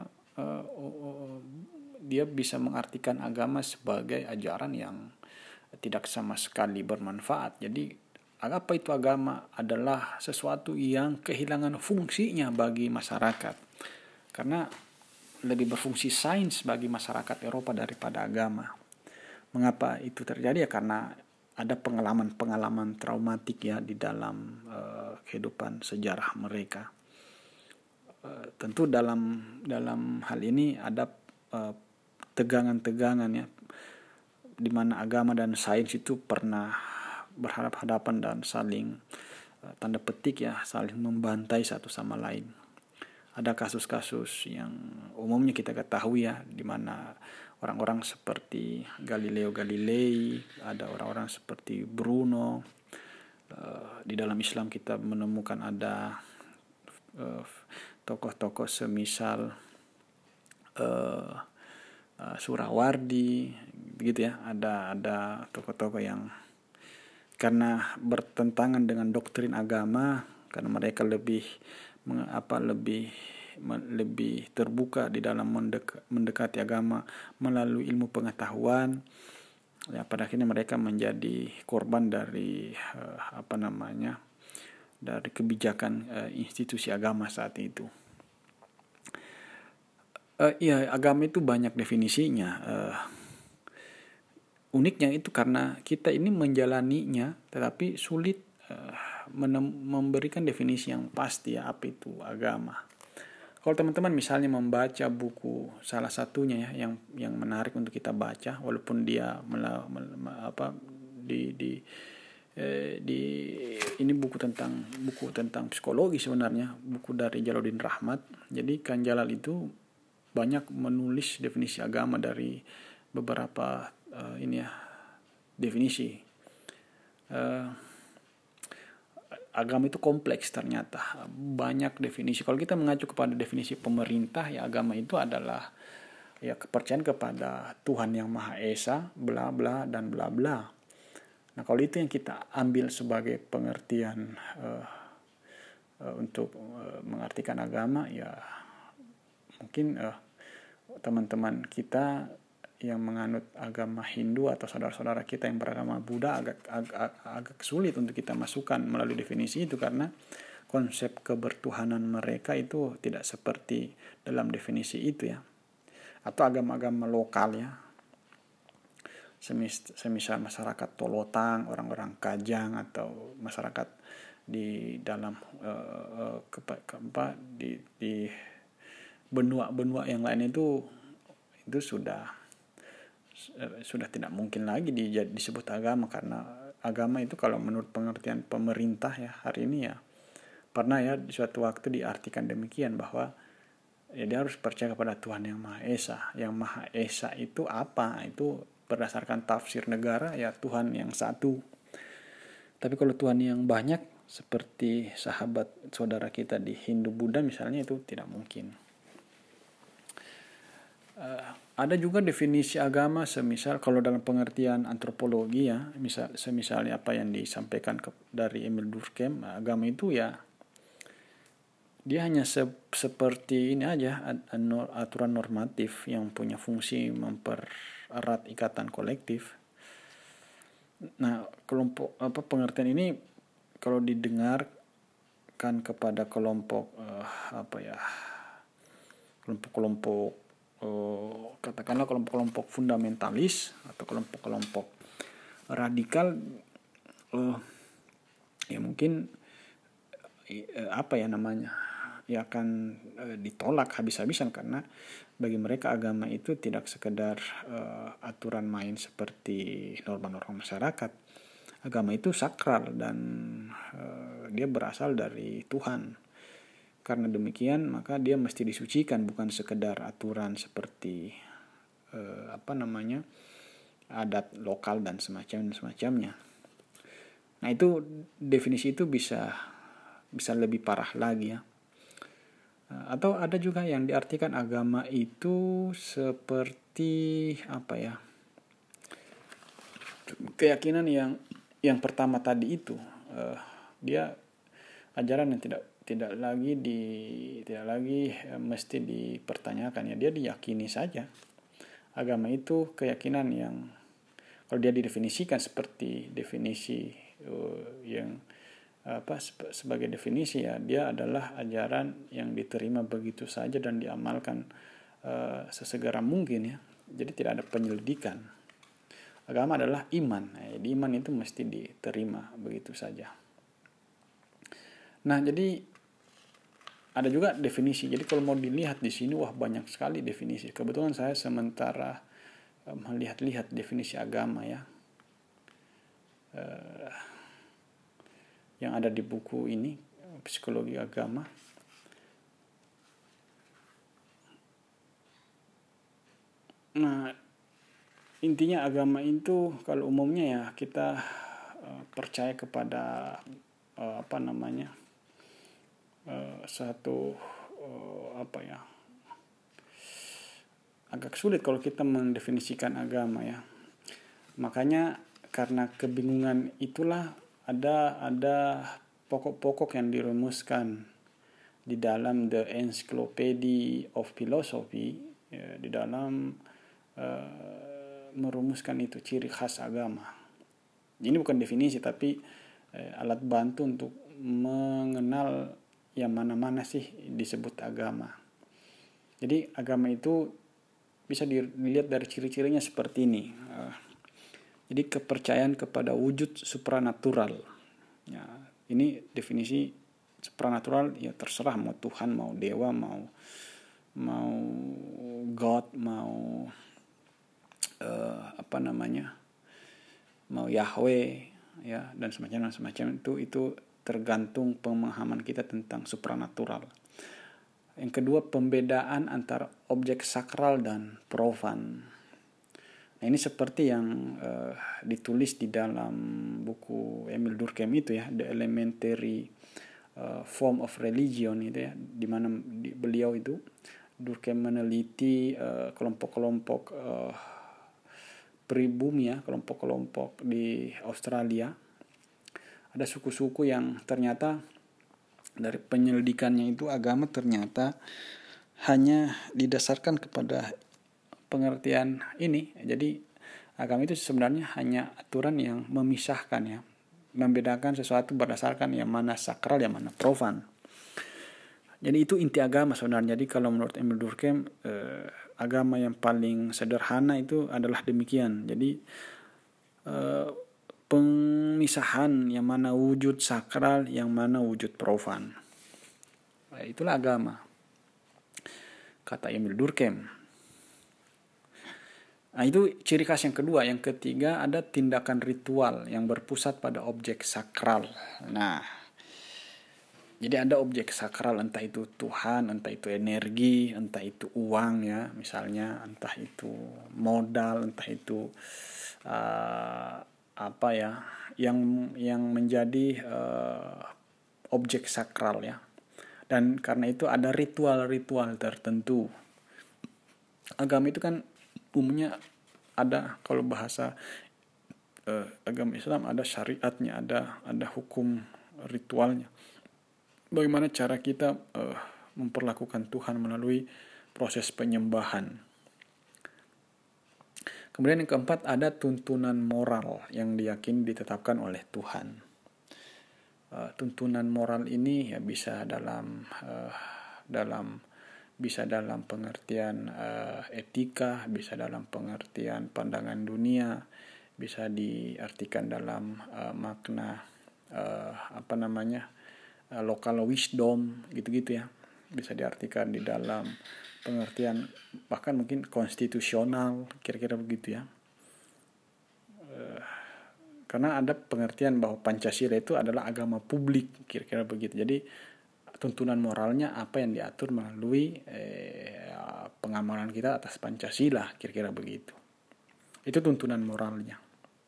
dia bisa mengartikan agama sebagai ajaran yang tidak sama sekali bermanfaat. Jadi apa itu agama? Adalah sesuatu yang kehilangan fungsinya bagi masyarakat, karena lebih berfungsi sains bagi masyarakat Eropa daripada agama. Mengapa itu terjadi? Ya karena ada pengalaman traumatik ya di dalam kehidupan sejarah mereka. Tentu dalam hal ini ada tegangan-tegangan ya, di mana agama dan sains itu pernah berhadapan dan saling tanda petik ya, saling membantai satu sama lain. Ada kasus-kasus yang umumnya kita ketahui ya, di mana orang-orang seperti Galileo Galilei, ada orang-orang seperti Bruno. Di dalam Islam kita menemukan ada tokoh-tokoh semisal Surawardi, begitu ya. Ada tokoh-tokoh yang karena bertentangan dengan doktrin agama, karena mereka lebih terbuka di dalam mendekati agama melalui ilmu pengetahuan ya, pada akhirnya mereka menjadi korban dari dari kebijakan institusi agama saat itu. Agama itu banyak definisinya. Uniknya itu karena kita ini menjalaninya tetapi sulit memberikan definisi yang pasti ya, apa itu agama. Kalau teman-teman misalnya membaca buku salah satunya ya, yang menarik untuk kita baca, walaupun dia ini buku tentang psikologi sebenarnya, buku dari Jalaluddin Rahmat. Jadi Kang Jalal itu banyak menulis definisi agama dari beberapa definisi. Agama itu kompleks ternyata, banyak definisi. Kalau kita mengacu kepada definisi pemerintah ya, agama itu adalah ya kepercayaan kepada Tuhan yang Maha Esa, bla bla dan bla bla. Nah, kalau itu yang kita ambil sebagai pengertian untuk mengartikan agama ya, mungkin teman-teman kita yang menganut agama Hindu atau saudara-saudara kita yang beragama Buddha agak sulit untuk kita masukkan melalui definisi itu, karena konsep kebertuhanan mereka itu tidak seperti dalam definisi itu ya. Atau agama-agama lokal ya, semisal masyarakat Tolotang, orang-orang Kajang, atau masyarakat di dalam di benua-benua yang lain itu sudah tidak mungkin lagi disebut agama, karena agama itu kalau menurut pengertian pemerintah ya hari ini ya, pernah ya di suatu waktu diartikan demikian bahwa ya dia harus percaya kepada Tuhan yang Maha Esa. Yang Maha Esa itu apa? Itu berdasarkan tafsir negara ya Tuhan yang satu. Tapi kalau Tuhan yang banyak seperti sahabat saudara kita di Hindu Buddha misalnya, itu tidak mungkin. Ada juga definisi agama semisal kalau dalam pengertian antropologi ya, misalnya apa yang disampaikan dari Emil Durkheim, agama itu ya dia hanya seperti ini aja, aturan normatif yang punya fungsi mempererat ikatan kolektif. Nah, pengertian ini kalau didengarkan kepada kelompok katakanlah kelompok-kelompok fundamentalis atau kelompok-kelompok radikal, ya mungkin ya akan ditolak habis-habisan, karena bagi mereka agama itu tidak sekedar aturan main seperti norma-norma masyarakat. Agama itu sakral dan dia berasal dari Tuhan. Karena demikian maka dia mesti disucikan, bukan sekedar aturan seperti adat lokal dan semacamnya. Nah, itu definisi itu bisa lebih parah lagi ya. Atau ada juga yang diartikan agama itu seperti keyakinan yang pertama tadi itu, dia ajaran yang tidak lagi mesti dipertanyakan ya, dia diyakini saja. Agama itu keyakinan yang kalau dia didefinisikan seperti definisi yang sebagai definisi ya, dia adalah ajaran yang diterima begitu saja dan diamalkan sesegera mungkin ya. Jadi tidak ada penyelidikan. Agama adalah iman. Di iman itu mesti diterima begitu saja. Nah, jadi ada juga definisi. Jadi kalau mau dilihat di sini banyak sekali definisi. Kebetulan saya sementara melihat-lihat definisi agama ya. Yang ada di buku ini, Psikologi Agama. Nah, intinya agama itu kalau umumnya ya kita percaya kepada agak sulit kalau kita mendefinisikan agama ya. Makanya karena kebingungan itulah ada pokok-pokok yang dirumuskan di dalam The Encyclopedia of Philosophy ya, di dalam merumuskan itu ciri khas agama. Ini bukan definisi tapi alat bantu untuk mengenal yang mana-mana sih disebut agama. Jadi agama itu bisa dilihat dari ciri-cirinya seperti ini. Jadi kepercayaan kepada wujud supranatural. Ya, ini definisi supranatural ya, terserah mau Tuhan, mau dewa, mau God, mau mau Yahweh ya, dan semacam itu tergantung pemahaman kita tentang supranatural. Yang kedua, pembedaan antara objek sakral dan profan. Nah, ini seperti yang ditulis di dalam buku Emil Durkheim itu ya, The Elementary Form of Religion itu ya, di mana beliau itu Durkheim meneliti kelompok-kelompok pribumi ya, kelompok-kelompok di Australia. Ada suku-suku yang ternyata dari penyelidikannya itu agama ternyata hanya didasarkan kepada pengertian ini. Jadi agama itu sebenarnya hanya aturan yang memisahkan ya, membedakan sesuatu berdasarkan yang mana sakral, yang mana profan. Jadi itu inti agama sebenarnya. Jadi kalau menurut Emil Durkheim, agama yang paling sederhana itu adalah demikian. Jadi pemisahan yang mana wujud sakral, yang mana wujud profan. Itulah agama, kata Emil Durkheim. Nah, itu ciri khas yang kedua. Yang ketiga, ada tindakan ritual yang berpusat pada objek sakral. Nah, jadi ada objek sakral, entah itu Tuhan, entah itu energi, entah itu uang ya, misalnya, entah itu modal, entah itu apa ya, yang menjadi objek sakral ya. Dan karena itu ada ritual-ritual tertentu. Agama itu kan umumnya ada, kalau bahasa agama Islam ada syariatnya, ada hukum ritualnya. Bagaimana cara kita memperlakukan Tuhan melalui proses penyembahan. Kemudian yang keempat, ada tuntunan moral yang diyakini ditetapkan oleh Tuhan. Tuntunan moral ini ya bisa dalam pengertian etika, bisa dalam pengertian pandangan dunia, bisa diartikan dalam makna local wisdom gitu-gitu ya. Bisa diartikan di dalam pengertian bahkan mungkin konstitusional, kira-kira begitu ya. Karena ada pengertian bahwa Pancasila itu adalah agama publik, kira-kira begitu. Jadi tuntunan moralnya apa yang diatur melalui pengamalan kita atas Pancasila, kira-kira begitu. Itu tuntunan moralnya.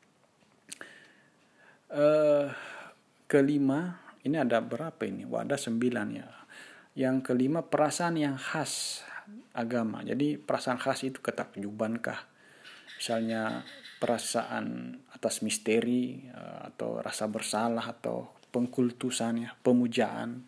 Kelima, ini ada berapa ini? Ada 9 ya. Yang kelima, perasaan yang khas agama. Jadi perasaan khas itu ketakjubankah? Misalnya perasaan atas misteri, atau rasa bersalah, atau pengkultusan ya, pemujaan.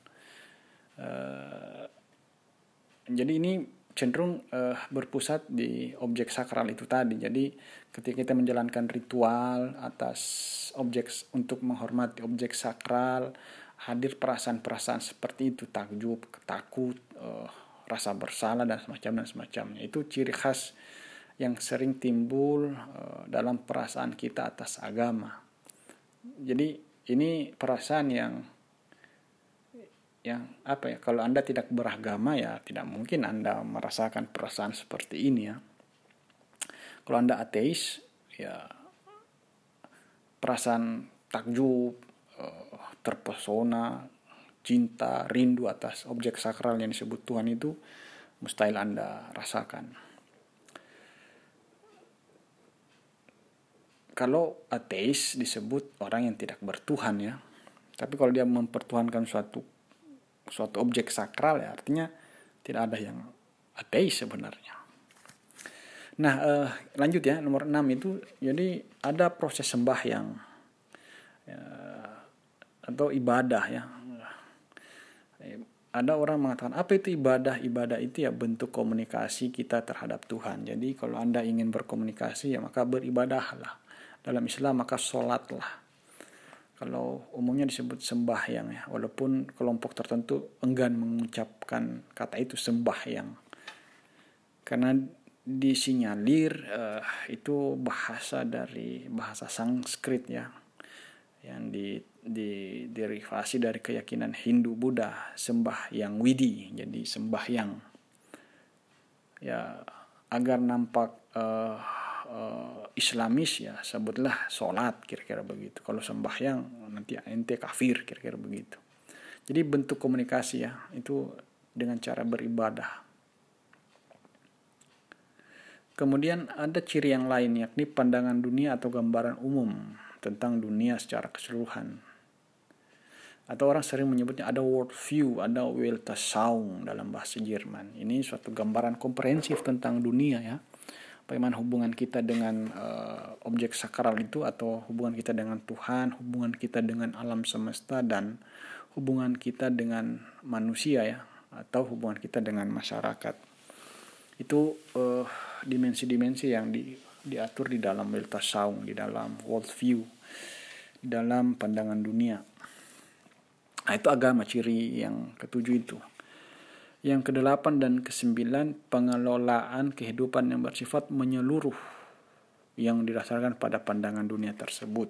Jadi ini cenderung berpusat di objek sakral itu tadi. Jadi ketika kita menjalankan ritual atas objek untuk menghormati objek sakral, hadir perasaan-perasaan seperti itu, takjub, takut, rasa bersalah dan semacamnya. Itu ciri khas yang sering timbul dalam perasaan kita atas agama. Jadi ini perasaan yang apa ya, kalau Anda tidak beragama ya tidak mungkin Anda merasakan perasaan seperti ini ya. Kalau Anda ateis ya perasaan takjub, terpesona, cinta, rindu atas objek sakral yang disebut Tuhan itu mustahil Anda rasakan. Kalau ateis disebut orang yang tidak bertuhan ya. Tapi kalau dia mempertuhankan suatu objek sakral ya artinya tidak ada yang ateis sebenarnya. Nah, lanjut ya, nomor 6 itu jadi ada proses sembahyang ya, atau ibadah ya. Ada orang mengatakan apa itu ibadah? Ibadah itu ya bentuk komunikasi kita terhadap Tuhan. Jadi kalau Anda ingin berkomunikasi ya maka beribadahlah. Dalam Islam maka sholatlah. Kalau umumnya disebut sembahyang ya, walaupun kelompok tertentu enggan mengucapkan kata itu sembahyang. Karena disinyalir itu bahasa dari bahasa Sanskrit ya, yang derivasi dari keyakinan Hindu Buddha, sembahyang widi, jadi sembahyang. Ya, agar nampak Islamis ya sebutlah sholat, kira-kira begitu. Kalau sembahyang nanti ente kafir, kira-kira begitu. Jadi bentuk komunikasi ya itu dengan cara beribadah. Kemudian ada ciri yang lain yakni pandangan dunia atau gambaran umum tentang dunia secara keseluruhan. Atau orang sering menyebutnya ada world view, ada Weltanschauung dalam bahasa Jerman. Ini suatu gambaran komprehensif tentang dunia ya. Bagaimana hubungan kita dengan objek sakral itu, atau hubungan kita dengan Tuhan, hubungan kita dengan alam semesta, dan hubungan kita dengan manusia ya, atau hubungan kita dengan masyarakat. Itu dimensi-dimensi yang diatur di dalam Weltanschauung, di dalam worldview, di dalam pandangan dunia. Nah, itu agama, ciri yang ketujuh itu. Yang kedelapan dan kesembilan, pengelolaan kehidupan yang bersifat menyeluruh yang didasarkan pada pandangan dunia tersebut.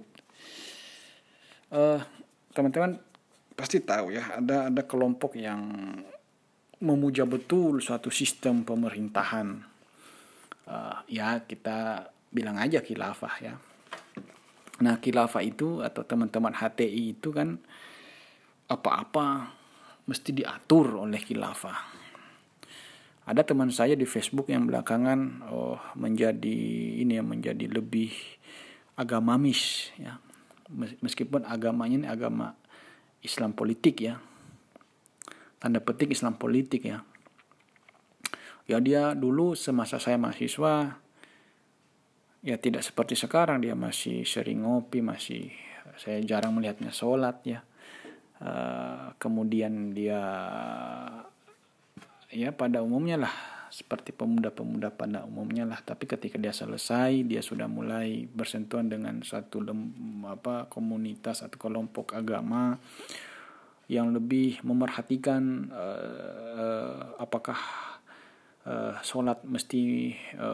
Teman-teman pasti tahu ya, ada kelompok yang memuja betul suatu sistem pemerintahan. Ya kita bilang aja khilafah ya. Nah, khilafah itu atau teman-teman HTI itu kan apa-apa mesti diatur oleh khilafah. Ada teman saya di Facebook yang belakangan menjadi lebih agamamis ya. Meskipun agamanya ini agama Islam politik ya. Tanda petik Islam politik ya. Ya dia dulu semasa saya mahasiswa ya tidak seperti sekarang, dia masih sering ngopi, saya jarang melihatnya sholat ya. Kemudian dia ya pada umumnya lah seperti pemuda-pemuda pada umumnya lah, tapi ketika dia selesai dia sudah mulai bersentuhan dengan suatu komunitas atau kelompok agama yang lebih memerhatikan apakah sholat mesti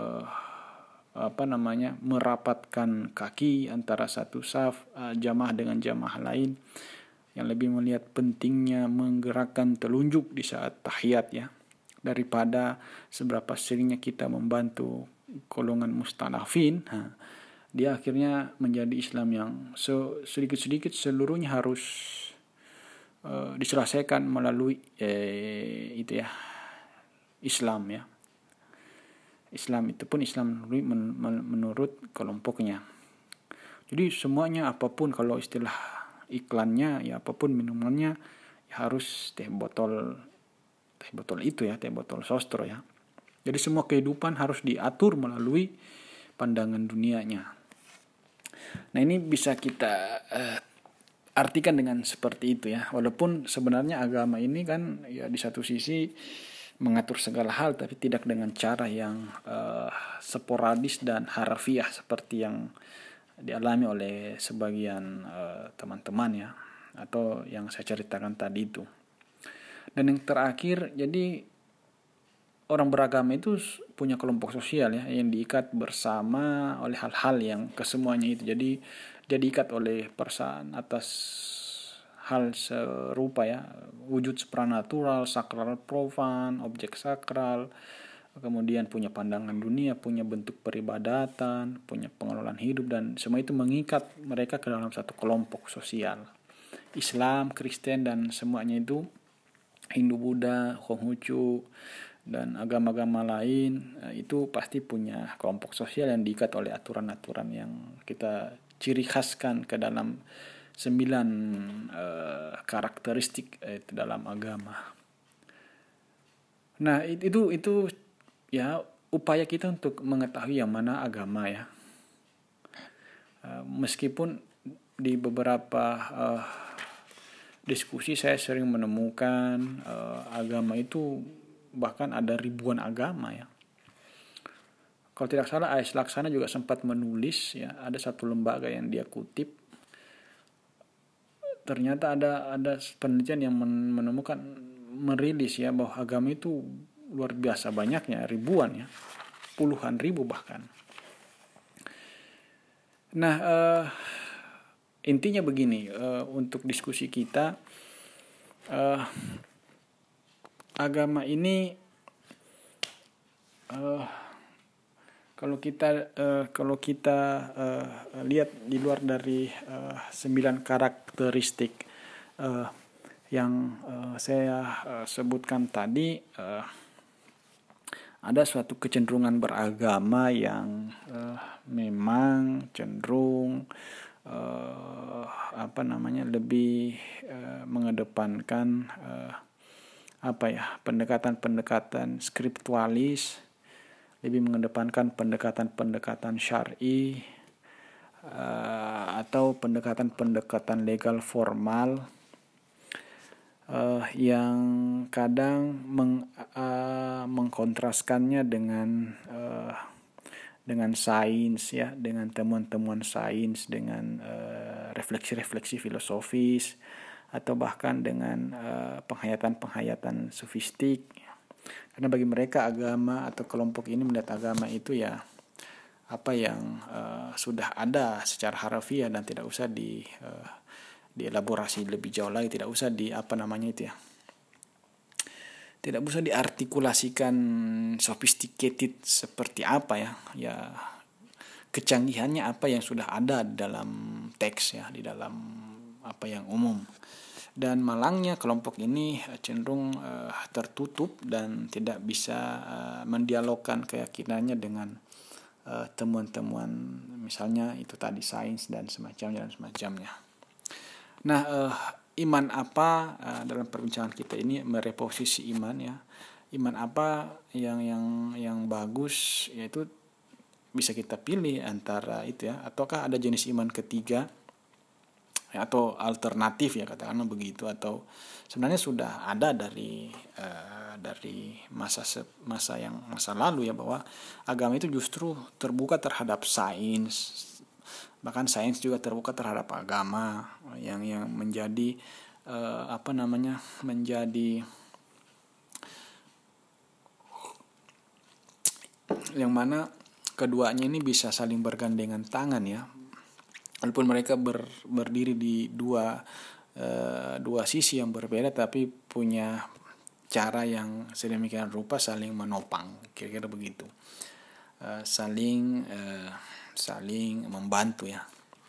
merapatkan kaki antara satu saf jamaah dengan jamaah lain, yang lebih melihat pentingnya menggerakkan telunjuk di saat tahiyat ya, daripada seberapa seringnya kita membantu golongan mustalafin. Dia akhirnya menjadi Islam yang sedikit-sedikit seluruhnya harus diselesaikan melalui Islam ya. Islam itu pun Islam menurut kelompoknya. Jadi semuanya apapun, kalau istilah iklannya ya apapun minumannya ya harus teh botol itu ya, teh botol sostro ya. Jadi semua kehidupan harus diatur melalui pandangan dunianya. Nah, ini bisa kita artikan dengan seperti itu ya. Walaupun sebenarnya agama ini kan ya di satu sisi mengatur segala hal, tapi tidak dengan cara yang sporadis dan harfiah seperti yang dialami oleh sebagian teman-teman ya, atau yang saya ceritakan tadi itu. Dan yang terakhir, jadi orang beragama itu punya kelompok sosial ya, yang diikat bersama oleh hal-hal yang kesemuanya itu. Jadi dia diikat oleh perasaan atas hal serupa ya, wujud supranatural, sakral profan, objek sakral, kemudian punya pandangan dunia, punya bentuk peribadatan, punya pengelolaan hidup, dan semua itu mengikat mereka ke dalam satu kelompok sosial. Islam, Kristen, dan semuanya itu, Hindu, Buddha, Konghucu, dan agama-agama lain, itu pasti punya kelompok sosial yang diikat oleh aturan-aturan yang kita ciri khaskan ke dalam 9 karakteristik dalam agama. Nah, itu ya upaya kita untuk mengetahui yang mana agama ya. Meskipun di beberapa diskusi saya sering menemukan agama itu bahkan ada ribuan agama ya. Kalau tidak salah A.S. Laksana juga sempat menulis ya, ada satu lembaga yang dia kutip. Ternyata ada penelitian yang merilis ya bahwa agama itu luar biasa banyaknya, ribuan ya, puluhan ribu bahkan. Nah, intinya begini, untuk diskusi kita, agama ini kalau kita lihat di luar dari 9 karakteristik yang saya sebutkan tadi, ada suatu kecenderungan beragama yang memang cenderung lebih mengedepankan pendekatan-pendekatan skriptualis, lebih mengedepankan pendekatan-pendekatan syar'i atau pendekatan-pendekatan legal formal, yang kadang mengkontraskannya dengan sains ya, dengan temuan-temuan sains, dengan refleksi-refleksi filosofis, atau bahkan dengan penghayatan-penghayatan sofistik. Karena bagi mereka agama atau kelompok ini melihat agama itu ya apa yang sudah ada secara harfiah dan tidak usah dielaborasi lebih jauh lagi, tidak usah tidak usah diartikulasikan sophisticated seperti apa ya kecanggihannya apa yang sudah ada di dalam teks ya, di dalam apa yang umum. Dan malangnya kelompok ini cenderung tertutup dan tidak bisa mendialogkan keyakinannya dengan temuan-temuan misalnya itu tadi sains dan semacamnya. Nah, iman apa dalam perbincangan kita ini mereposisi iman ya. Iman apa yang bagus, yaitu bisa kita pilih antara itu ya, ataukah ada jenis iman ketiga ya, atau alternatif ya katakanlah begitu, atau sebenarnya sudah ada dari masa lalu ya, bahwa agama itu justru terbuka terhadap sains, bahkan sains juga terbuka terhadap agama yang menjadi menjadi yang mana keduanya ini bisa saling bergandengan tangan ya, walaupun mereka berdiri di dua sisi yang berbeda, tapi punya cara yang sedemikian rupa saling menopang, kira-kira begitu, saling membantu ya.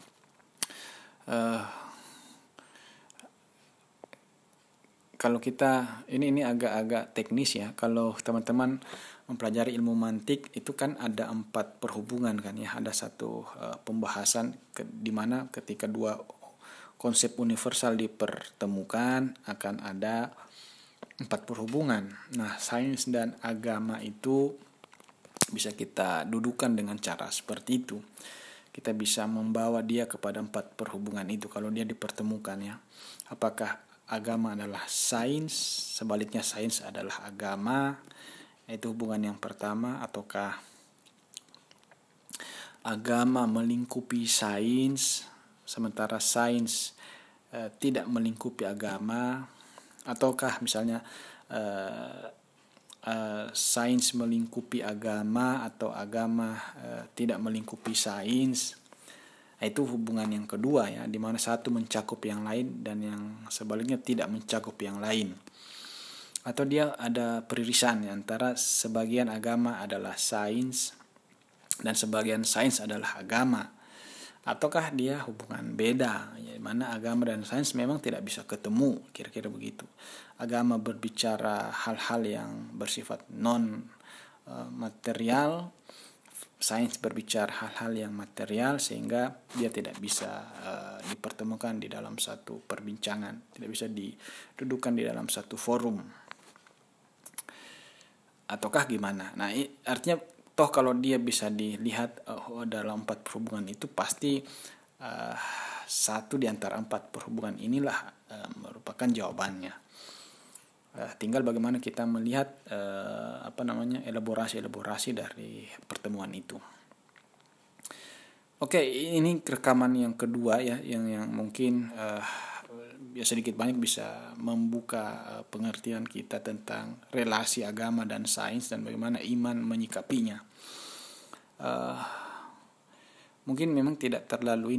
Kalau kita ini agak teknis ya, kalau teman-teman mempelajari ilmu mantik itu kan ada 4 perhubungan kan ya, ada satu pembahasan di mana ketika dua konsep universal dipertemukan akan ada 4 perhubungan. Nah, sains dan agama itu bisa kita dudukan dengan cara seperti itu. Kita bisa membawa dia kepada 4 perhubungan itu kalau dia dipertemukan ya. Apakah agama adalah sains, sebaliknya sains adalah agama, itu hubungan yang pertama, ataukah agama melingkupi sains sementara sains tidak melingkupi agama, ataukah misalnya sains melingkupi agama atau agama tidak melingkupi sains. Itu hubungan yang kedua ya, di mana satu mencakup yang lain dan yang sebaliknya tidak mencakup yang lain. Atau dia ada peririsan ya, antara sebagian agama adalah sains dan sebagian sains adalah agama. Ataukah dia hubungan beda, ya, mana agama dan sains memang tidak bisa ketemu, kira-kira begitu. Agama berbicara hal-hal yang bersifat non material, sains berbicara hal-hal yang material, sehingga dia tidak bisa dipertemukan di dalam satu perbincangan, tidak bisa didudukan di dalam satu forum. Ataukah gimana? Nah, artinya toh kalau dia bisa dilihat dalam 4 perhubungan itu pasti satu di antara 4 perhubungan inilah merupakan jawabannya. Tinggal bagaimana kita melihat elaborasi dari pertemuan itu. Oke, ini rekaman yang kedua ya, yang mungkin ya sedikit banyak bisa membuka pengertian kita tentang relasi agama dan sains dan bagaimana iman menyikapinya. Mungkin memang tidak terlalu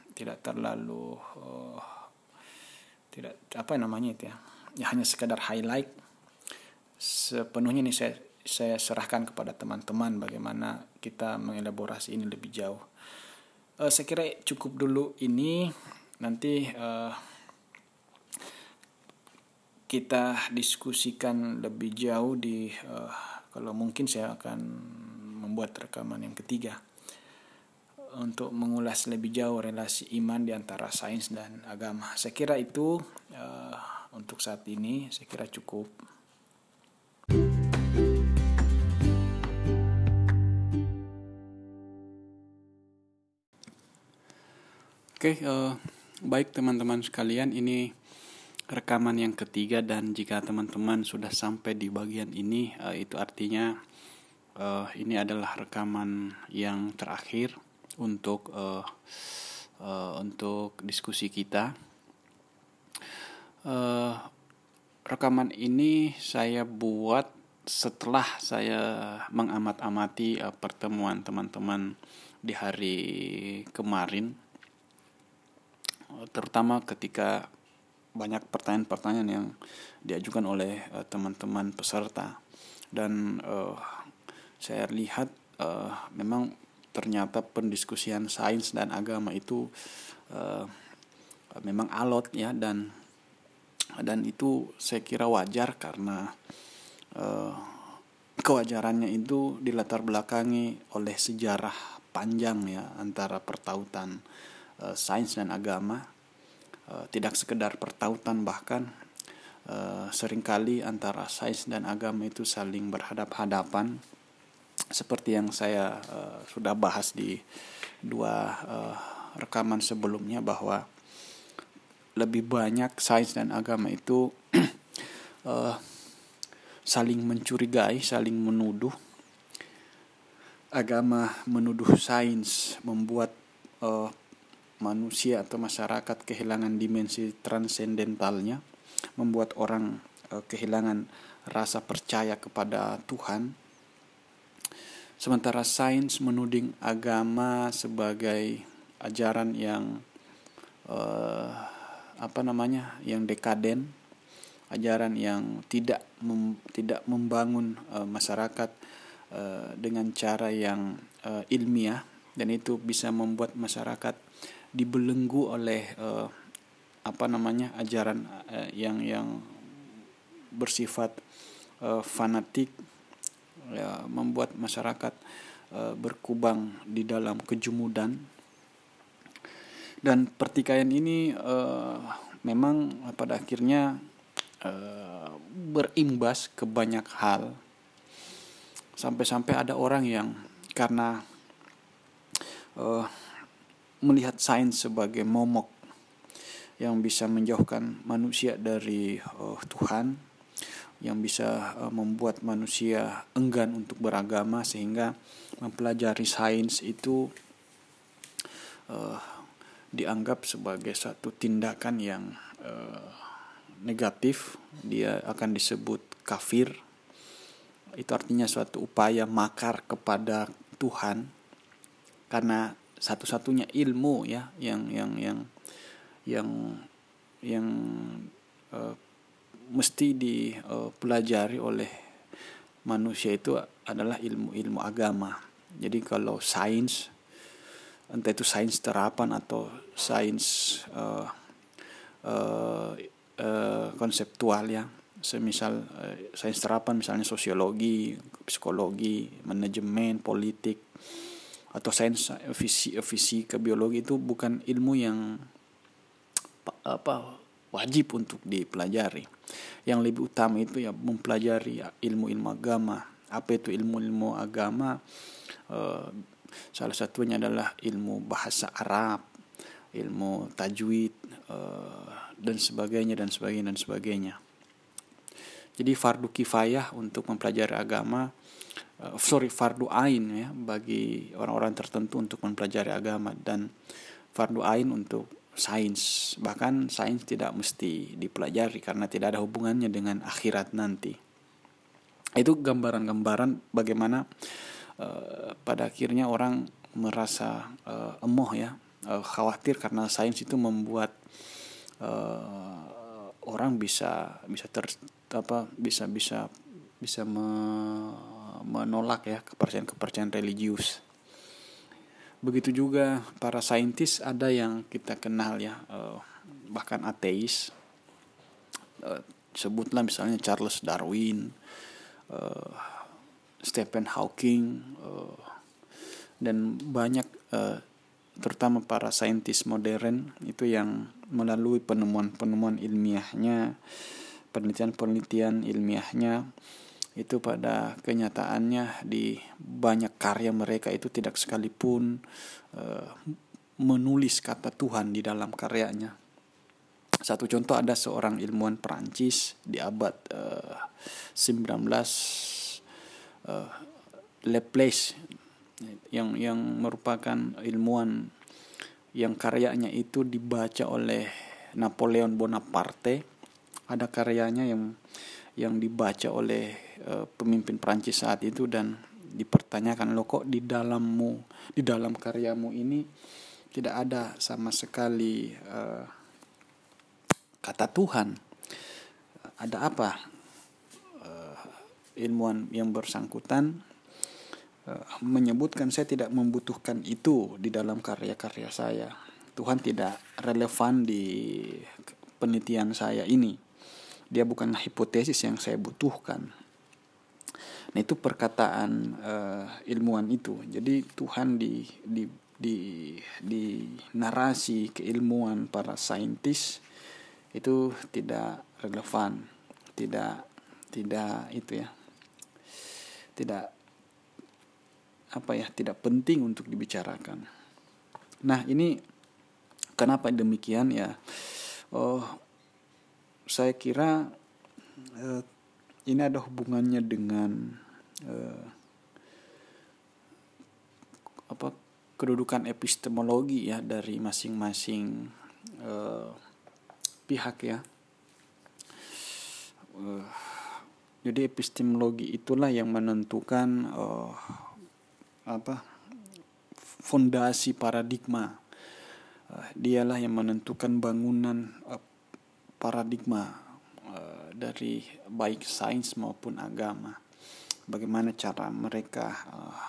hanya sekadar highlight. Sepenuhnya ini saya serahkan kepada teman-teman bagaimana kita mengelaborasi ini lebih jauh. Saya kira cukup dulu ini, nanti kita diskusikan lebih jauh kalau mungkin saya akan membuat rekaman yang ketiga untuk mengulas lebih jauh relasi iman di antara sains dan agama. Saya kira itu untuk saat ini saya kira cukup. Oke, baik teman-teman sekalian, ini rekaman yang ketiga, dan jika teman-teman sudah sampai di bagian ini, itu artinya ini adalah rekaman yang terakhir untuk diskusi kita. Rekaman ini saya buat setelah saya mengamat-amati pertemuan teman-teman di hari kemarin, terutama ketika banyak pertanyaan-pertanyaan yang diajukan oleh teman-teman peserta, dan saya lihat memang ternyata pendiskusian sains dan agama itu memang alot ya, dan itu saya kira wajar karena kewajarannya itu dilatar belakangi oleh sejarah panjang ya antara pertautan sains dan agama. Tidak sekedar pertautan, bahkan seringkali antara sains dan agama itu saling berhadap-hadapan, seperti yang saya sudah bahas di dua rekaman sebelumnya, bahwa lebih banyak sains dan agama itu saling mencurigai, saling menuduh. Agama menuduh sains membuat manusia atau masyarakat kehilangan dimensi transendentalnya, membuat orang kehilangan rasa percaya kepada Tuhan. Sementara sains menuding agama sebagai ajaran yang yang dekaden, ajaran yang tidak membangun masyarakat dengan cara yang ilmiah, dan itu bisa membuat masyarakat dibelenggu oleh ajaran yang bersifat fanatik, ya, membuat masyarakat berkubang di dalam kejumudan. Dan pertikaian ini memang pada akhirnya berimbas ke banyak hal, sampai-sampai ada orang yang karena melihat sains sebagai momok yang bisa menjauhkan manusia dari Tuhan, yang bisa membuat manusia enggan untuk beragama, sehingga mempelajari sains itu dianggap sebagai satu tindakan yang negatif. Dia akan disebut kafir. Itu artinya suatu upaya makar kepada Tuhan, karena satu-satunya ilmu ya yang mesti dipelajari oleh manusia itu adalah ilmu agama. Jadi kalau sains, entah itu sains terapan atau sains konseptual ya, semisal sains terapan misalnya sosiologi, psikologi, manajemen, politik, atau sains fisika, biologi, itu bukan ilmu yang wajib untuk dipelajari. Yang lebih utama itu ya mempelajari ilmu-ilmu agama. Apa itu ilmu-ilmu agama? Salah satunya adalah ilmu bahasa Arab, ilmu tajwid, dan sebagainya. Jadi fardu kifayah untuk mempelajari agama, fardu ain ya bagi orang-orang tertentu untuk mempelajari agama, dan fardu ain untuk sains. Bahkan sains tidak mesti dipelajari karena tidak ada hubungannya dengan akhirat nanti. Itu gambaran-gambaran bagaimana pada akhirnya orang merasa emoh ya, khawatir karena sains itu membuat orang bisa menolak ya kepercayaan religius. Begitu juga para saintis, ada yang kita kenal ya, bahkan ateis. Sebutlah misalnya Charles Darwin, Stephen Hawking, dan banyak terutama para saintis modern itu yang melalui penemuan-penemuan ilmiahnya, penelitian-penelitian ilmiahnya, itu pada kenyataannya di banyak karya mereka itu tidak sekalipun menulis kata Tuhan di dalam karyanya. Satu contoh, ada seorang ilmuwan Perancis di abad 19, Laplace, yang merupakan ilmuwan yang karyanya itu dibaca oleh Napoleon Bonaparte. Ada karyanya yang dibaca oleh pemimpin Prancis saat itu, dan dipertanyakan, loh kok di dalam karyamu ini tidak ada sama sekali kata Tuhan. Ada apa? Ilmuwan yang bersangkutan menyebutkan, saya tidak membutuhkan itu di dalam karya-karya saya. Tuhan tidak relevan di penelitian saya ini. Dia bukan hipotesis yang saya butuhkan. Nah, itu perkataan ilmuwan itu. Jadi Tuhan di narasi keilmuan para saintis itu tidak relevan, tidak itu ya, tidak penting untuk dibicarakan. Nah, ini kenapa demikian ya? Saya kira ini ada hubungannya dengan kedudukan epistemologi ya dari masing-masing pihak ya. Jadi epistemologi itulah yang menentukan fondasi paradigma. Dialah yang menentukan bangunan paradigma dari baik sains maupun agama. Bagaimana cara mereka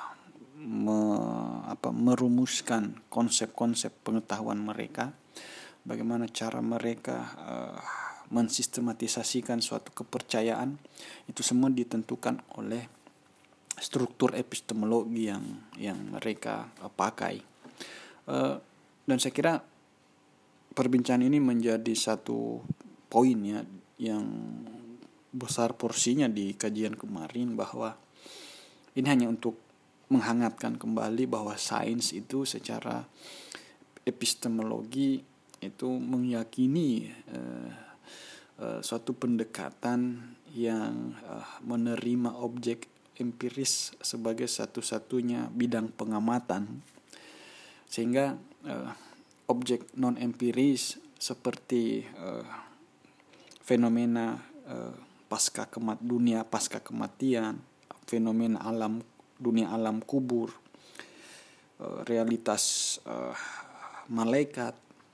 merumuskan konsep-konsep pengetahuan mereka, bagaimana cara mereka mensistematisasikan suatu kepercayaan, itu semua ditentukan oleh struktur epistemologi yang mereka pakai. Dan saya kira perbincangan ini menjadi satu poin ya yang besar porsinya di kajian kemarin, bahwa ini hanya untuk menghangatkan kembali bahwa sains itu secara epistemologi itu meyakini suatu pendekatan yang menerima objek empiris sebagai satu-satunya bidang pengamatan, sehingga objek non empiris seperti fenomena pasca kematian, fenomena dunia alam kubur, realitas malaikat,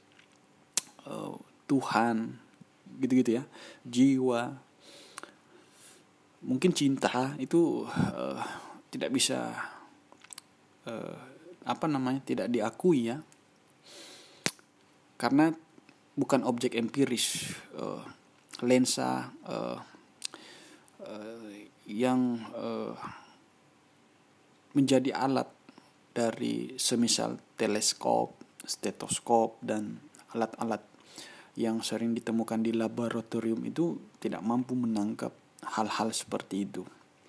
Tuhan, gitu-gitu ya, jiwa, mungkin cinta itu tidak bisa tidak diakui ya, karena bukan objek empiris, lensa yang menjadi alat dari semisal teleskop, stetoskop, dan alat-alat yang sering ditemukan di laboratorium itu tidak mampu menangkap hal-hal seperti itu.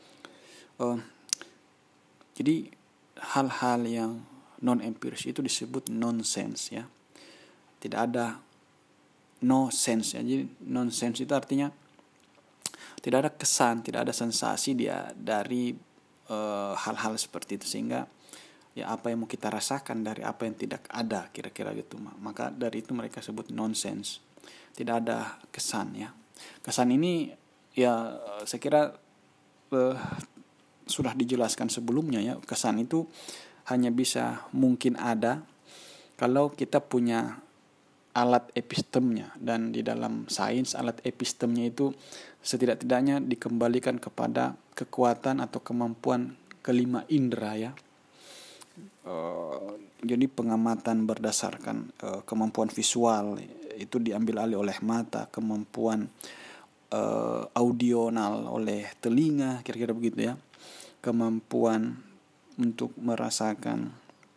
Jadi hal-hal yang non empiris itu disebut nonsense ya. Tidak ada no sense ya. Jadi nonsense itu artinya tidak ada kesan, tidak ada sensasi dia dari hal-hal seperti itu, sehingga ya apa yang mau kita rasakan dari apa yang tidak ada, kira-kira gitu. Maka dari itu mereka sebut nonsense. Tidak ada kesan ya. Kesan ini ya saya kira sudah dijelaskan sebelumnya ya. Kesan itu hanya bisa mungkin ada kalau kita punya alat epistemnya, dan di dalam sains alat epistemnya itu setidak-tidaknya dikembalikan kepada kekuatan atau kemampuan kelima indera ya. Jadi pengamatan berdasarkan kemampuan visual itu diambil alih oleh mata, kemampuan audional oleh telinga, kira-kira begitu ya, kemampuan untuk merasakan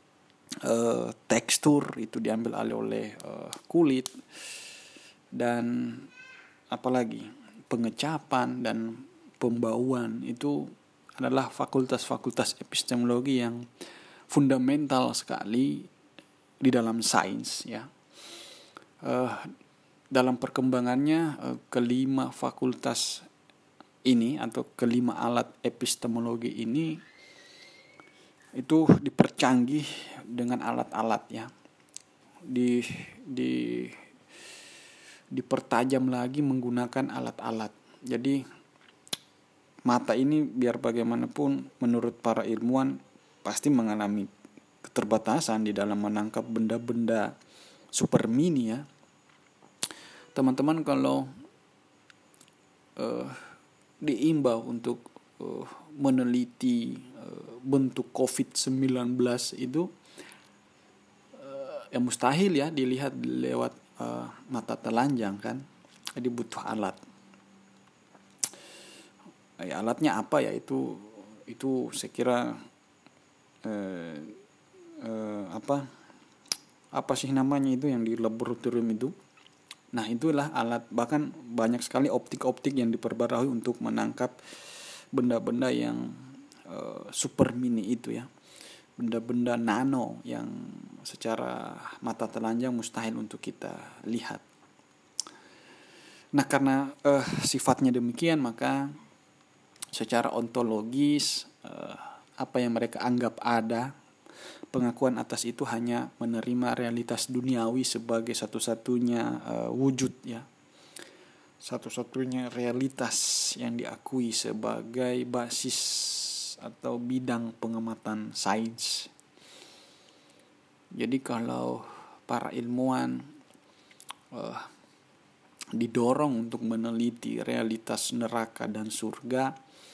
tekstur itu diambil alih oleh kulit, dan apalagi pengecapan dan pembauan itu adalah fakultas-fakultas epistemologi yang fundamental sekali di dalam sains ya. dalam perkembangannya kelima fakultas ini atau kelima alat epistemologi ini itu dipercanggih dengan alat-alat ya, di dipertajam lagi menggunakan alat-alat. Jadi mata ini biar bagaimanapun menurut para ilmuwan pasti mengalami keterbatasan di dalam menangkap benda-benda super mini ya. Teman-teman kalau diimbau untuk meneliti bentuk COVID-19 itu ya mustahil ya dilihat lewat mata telanjang kan. Jadi butuh alat. Ya, alatnya apa ya, itu saya kira apa sih namanya itu yang di laboratorium itu. Nah itulah alat, bahkan banyak sekali optik-optik yang diperbarui untuk menangkap benda-benda yang super mini itu ya, benda-benda nano yang secara mata telanjang mustahil untuk kita lihat. Nah karena sifatnya demikian, maka secara ontologis apa yang mereka anggap ada, pengakuan atas itu hanya menerima realitas duniawi sebagai satu-satunya wujud ya, satu-satunya realitas yang diakui sebagai basis atau bidang pengamatan sains. Jadi kalau para ilmuwan didorong untuk meneliti realitas neraka dan surga,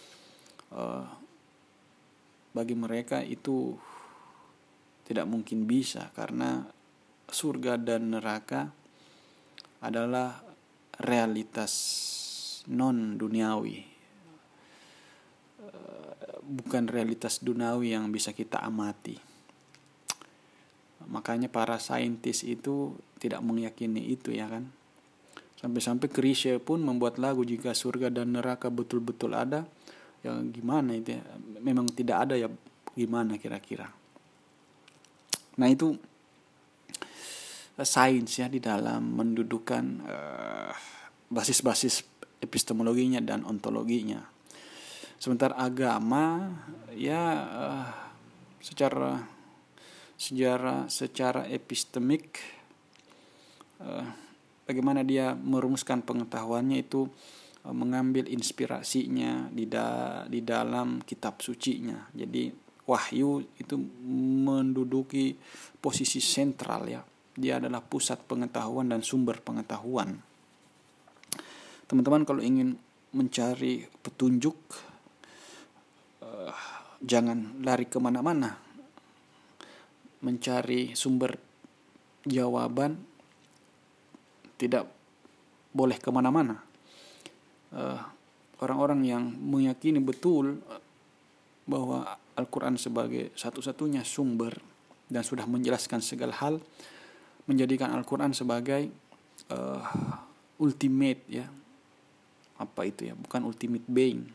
bagi mereka itu tidak mungkin bisa, karena surga dan neraka adalah realitas non duniawi, bukan realitas duniawi yang bisa kita amati. Makanya para saintis itu tidak meyakini itu ya kan. Sampai-sampai Chrisye pun membuat lagu, jika surga dan neraka betul-betul ada, ya gimana itu ya? Memang tidak ada ya, gimana kira-kira. Nah itu sains ya di dalam mendudukan basis-basis epistemologinya dan ontologinya. Sementara agama ya secara epistemik, bagaimana dia merumuskan pengetahuannya itu mengambil inspirasinya di dalam kitab sucinya. Jadi wahyu itu menduduki posisi sentral ya. Dia adalah pusat pengetahuan dan sumber pengetahuan. Teman-teman kalau ingin mencari petunjuk, jangan lari kemana-mana. Mencari sumber jawaban tidak boleh kemana-mana. Orang-orang yang meyakini betul bahwa Al-Quran sebagai satu-satunya sumber dan sudah menjelaskan segala hal, menjadikan Al-Quran sebagai ultimate ya, apa itu ya, bukan ultimate being,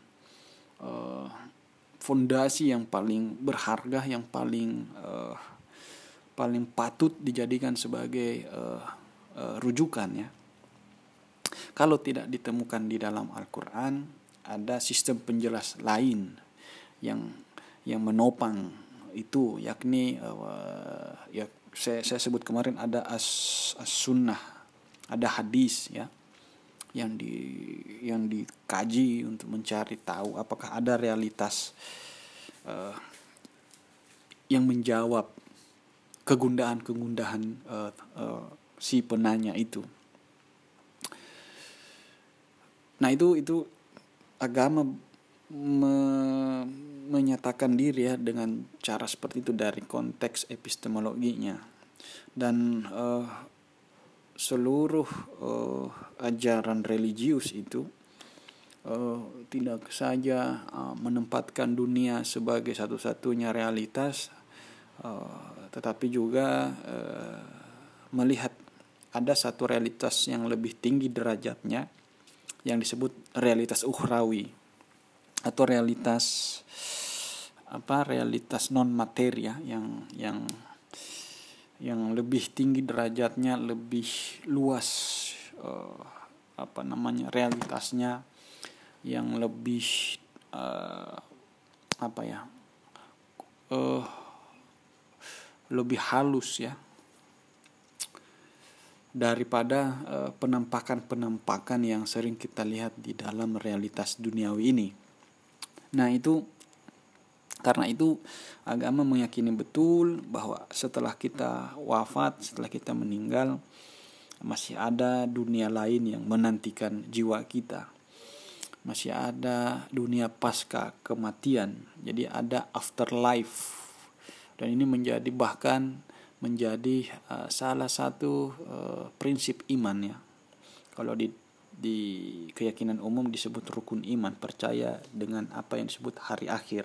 fondasi yang paling berharga, yang paling patut dijadikan sebagai rujukan ya. Kalau tidak ditemukan di dalam Al-Quran, ada sistem penjelas lain yang menopang itu, yakni ya saya sebut kemarin ada as-sunnah, ada hadis ya, yang dikaji untuk mencari tahu apakah ada realitas yang menjawab kegundahan si penanya itu. Nah itu agama menyatakan diri ya dengan cara seperti itu dari konteks epistemologinya. Dan seluruh ajaran religius itu tidak saja menempatkan dunia sebagai satu-satunya realitas, tetapi juga melihat ada satu realitas yang lebih tinggi derajatnya, yang disebut realitas ukhrawi atau realitas non materi ya, yang lebih tinggi derajatnya, lebih luas uh, realitasnya yang lebih lebih halus ya, daripada penampakan-penampakan yang sering kita lihat di dalam realitas duniawi ini. Nah, karena itu agama meyakini betul bahwa setelah kita wafat, setelah kita meninggal, masih ada dunia lain yang menantikan jiwa kita. Masih ada dunia pasca kematian. Jadi ada afterlife. Dan ini bahkan menjadi salah satu prinsip iman ya. Kalau di keyakinan umum disebut rukun iman, percaya dengan apa yang disebut hari akhir.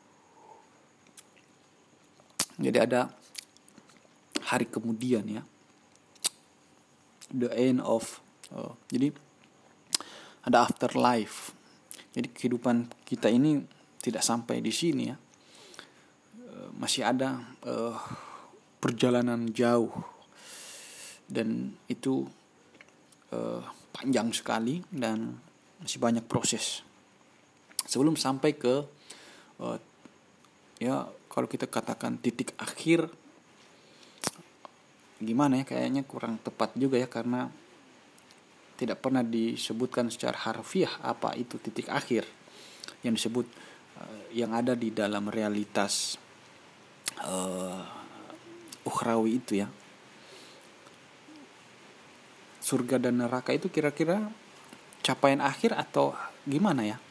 Jadi ada hari kemudian ya, the end of jadi ada afterlife. Jadi kehidupan kita ini tidak sampai di sini ya, masih ada perjalanan jauh, dan itu panjang sekali dan masih banyak proses sebelum sampai ke ya kalau kita katakan titik akhir. Gimana ya, kayaknya kurang tepat juga ya, karena tidak pernah disebutkan secara harfiah apa itu titik akhir yang disebut yang ada di dalam realitas ukhrawi itu ya. Surga dan neraka itu kira-kira capaian akhir atau gimana ya?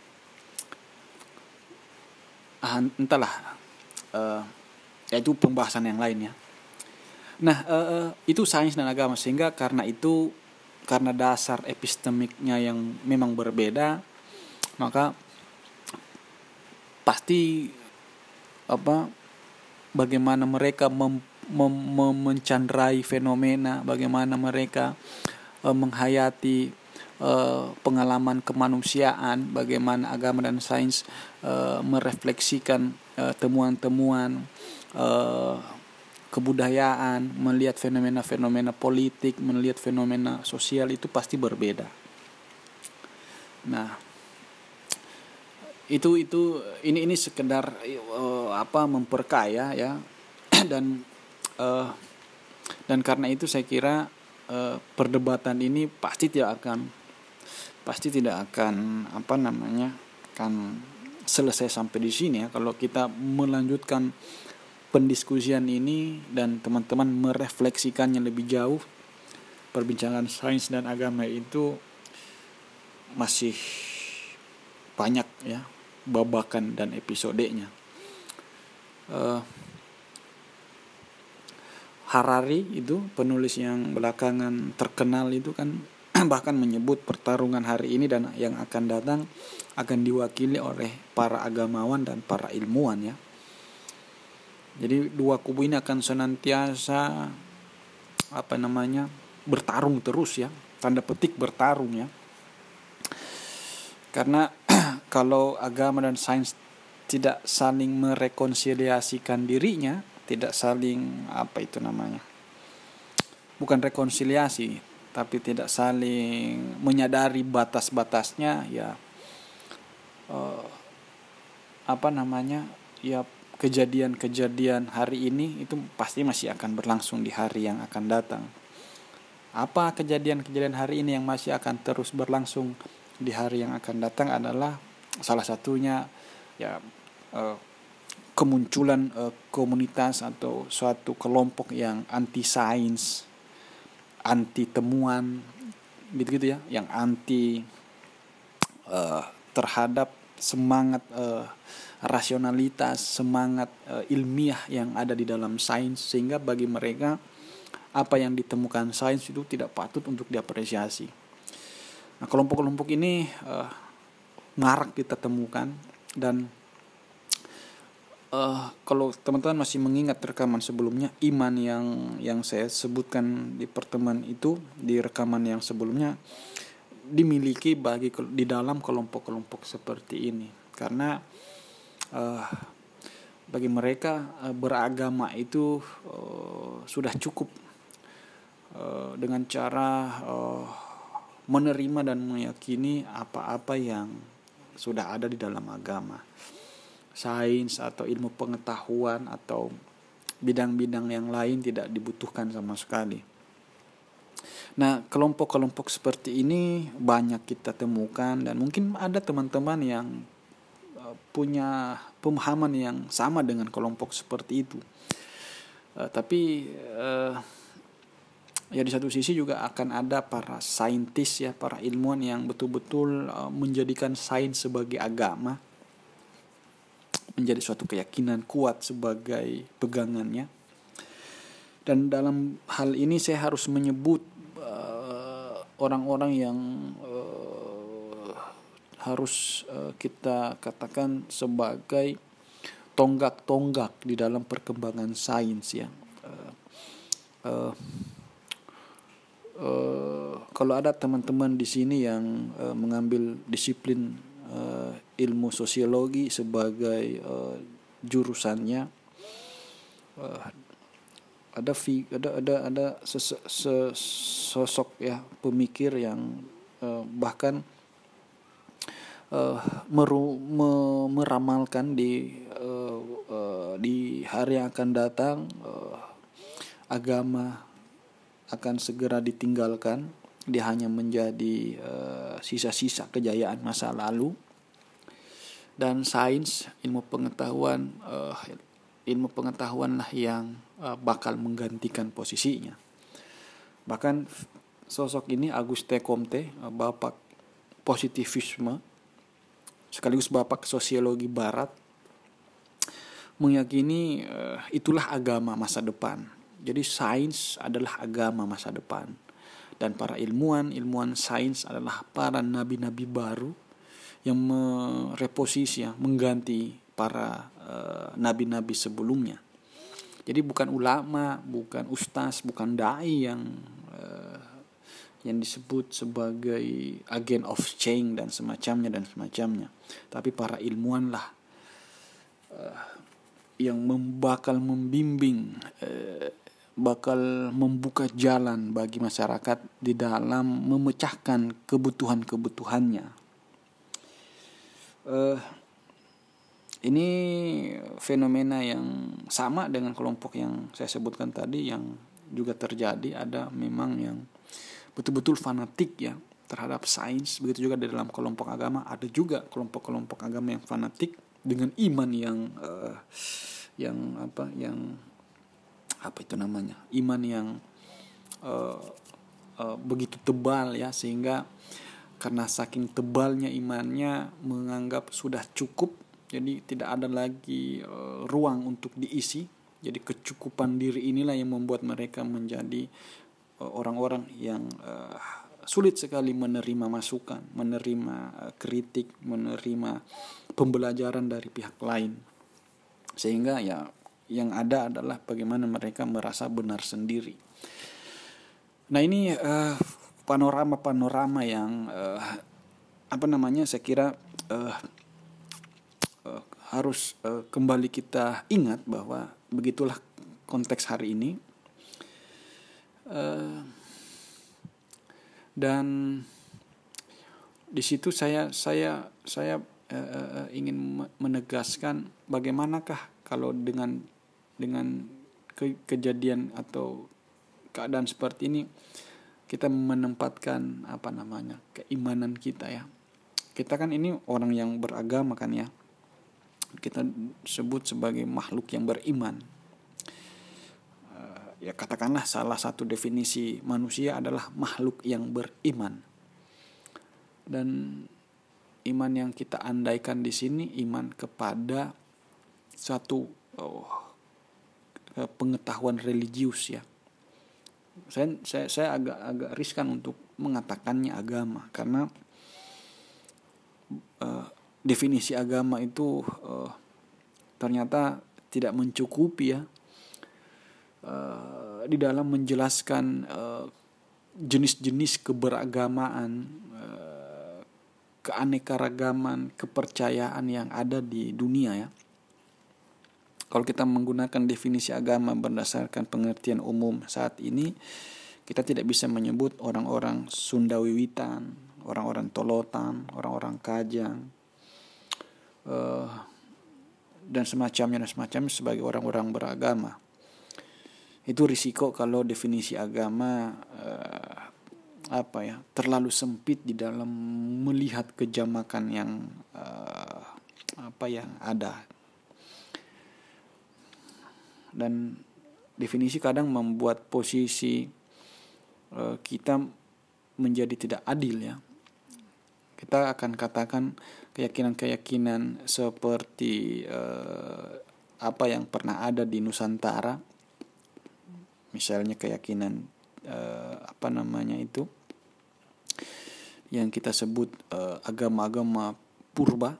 Entahlah, itu pembahasan yang lain ya. Nah, itu sains dan agama, sehingga karena dasar epistemiknya yang memang berbeda, maka pasti bagaimana mereka mencandrai fenomena, bagaimana mereka menghayati pengalaman kemanusiaan, bagaimana agama dan sains merefleksikan temuan-temuan kebudayaan, melihat fenomena-fenomena politik, melihat fenomena sosial, itu pasti berbeda. Nah, ini sekedar memperkaya ya, dan karena itu saya kira perdebatan ini pasti tidak akan akan selesai sampai di sini ya, kalau kita melanjutkan pendiskusian ini dan teman-teman merefleksikannya lebih jauh. Perbincangan sains dan agama itu masih banyak ya babakan dan episodenya. Harari itu penulis yang belakangan terkenal itu kan bahkan menyebut pertarungan hari ini dan yang akan datang akan diwakili oleh para agamawan dan para ilmuwan ya. Jadi dua kubu ini akan senantiasa bertarung terus ya, tanda petik bertarung ya. Karena kalau agama dan sains tidak saling merekonsiliasikan dirinya, tidak saling bukan rekonsiliasi, tapi tidak saling menyadari batas-batasnya ya, ya kejadian-kejadian hari ini itu pasti masih akan berlangsung di hari yang akan datang. Apa kejadian-kejadian hari ini yang masih akan terus berlangsung di hari yang akan datang adalah salah satunya ya kemunculan komunitas atau suatu kelompok yang anti sains, anti temuan, gitu-gitu ya, yang anti terhadap semangat rasionalitas, semangat ilmiah yang ada di dalam sains, sehingga bagi mereka apa yang ditemukan sains itu tidak patut untuk diapresiasi. Nah, kelompok-kelompok ini marak kita temukan, dan kalau teman-teman masih mengingat rekaman sebelumnya, iman yang saya sebutkan di pertemuan itu, di rekaman yang sebelumnya, dimiliki di dalam kelompok-kelompok seperti ini. Karena bagi mereka beragama itu sudah cukup dengan cara menerima dan meyakini apa-apa yang sudah ada di dalam agama. Sains atau ilmu pengetahuan atau bidang-bidang yang lain tidak dibutuhkan sama sekali. Nah, kelompok-kelompok seperti ini banyak kita temukan, dan mungkin ada teman-teman yang punya pemahaman yang sama dengan kelompok seperti itu. Tapi ya di satu sisi juga akan ada para saintis ya, para ilmuwan yang betul-betul menjadikan sains sebagai agama, menjadi suatu keyakinan kuat sebagai pegangannya. Dan dalam hal ini saya harus menyebut orang-orang yang harus kita katakan sebagai tonggak-tonggak di dalam perkembangan sains ya. Kalau ada teman-teman di sini yang mengambil disiplin ilmu sosiologi sebagai jurusannya, ada sosok ya pemikir yang bahkan meramalkan di hari yang akan datang agama akan segera ditinggalkan, dia hanya menjadi sisa-sisa kejayaan masa lalu, dan sains ilmu pengetahuanlah yang bakal menggantikan posisinya. Bahkan sosok ini Auguste Comte, bapak positivisme sekaligus bapak sosiologi barat, meyakini itulah agama masa depan. Jadi sains adalah agama masa depan, dan para ilmuwan sains adalah para nabi-nabi baru yang mereposisi, mengganti para nabi-nabi sebelumnya. Jadi bukan ulama, bukan ustaz, bukan dai yang disebut sebagai agent of change dan semacamnya, tapi para ilmuwan lah yang bakal membimbing, bakal membuka jalan bagi masyarakat di dalam memecahkan kebutuhannya. Ini fenomena yang sama dengan kelompok yang saya sebutkan tadi yang juga terjadi. Ada memang yang betul-betul fanatik ya terhadap sains. Begitu juga di dalam kelompok agama, ada juga kelompok-kelompok agama yang fanatik dengan iman iman yang begitu tebal ya, sehingga karena saking tebalnya imannya menganggap sudah cukup, jadi tidak ada lagi ruang untuk diisi. Jadi kecukupan diri inilah yang membuat mereka menjadi orang-orang yang sulit sekali menerima masukan, menerima kritik, menerima pembelajaran dari pihak lain. Sehingga ya yang ada adalah bagaimana mereka merasa benar sendiri. Nah ini panorama yang saya kira harus kembali kita ingat bahwa begitulah konteks hari ini. Dan di situ saya ingin menegaskan bagaimanakah kalau dengan kejadian atau keadaan seperti ini kita menempatkan keimanan kita ya. Kita kan ini orang yang beragama kan ya. Kita sebut sebagai makhluk yang beriman. Ya katakanlah salah satu definisi manusia adalah makhluk yang beriman. Dan iman yang kita andaikan di sini iman kepada satu pengetahuan religius ya. Saya agak riskan untuk mengatakannya agama, karena definisi agama itu ternyata tidak mencukupi ya di dalam menjelaskan jenis-jenis keberagamaan, keanekaragaman, kepercayaan yang ada di dunia ya. Kalau kita menggunakan definisi agama berdasarkan pengertian umum saat ini, Kita tidak bisa menyebut orang-orang Sunda Wiwitan, orang-orang Tolotan, orang-orang Kajang, dan semacamnya sebagai orang-orang beragama. Itu risiko kalau definisi agama terlalu sempit di dalam melihat kejamakan yang ada. Dan definisi kadang membuat posisi kita menjadi tidak adil ya. Kita akan katakan keyakinan-keyakinan seperti apa yang pernah ada di Nusantara, misalnya keyakinan yang kita sebut agama-agama purba,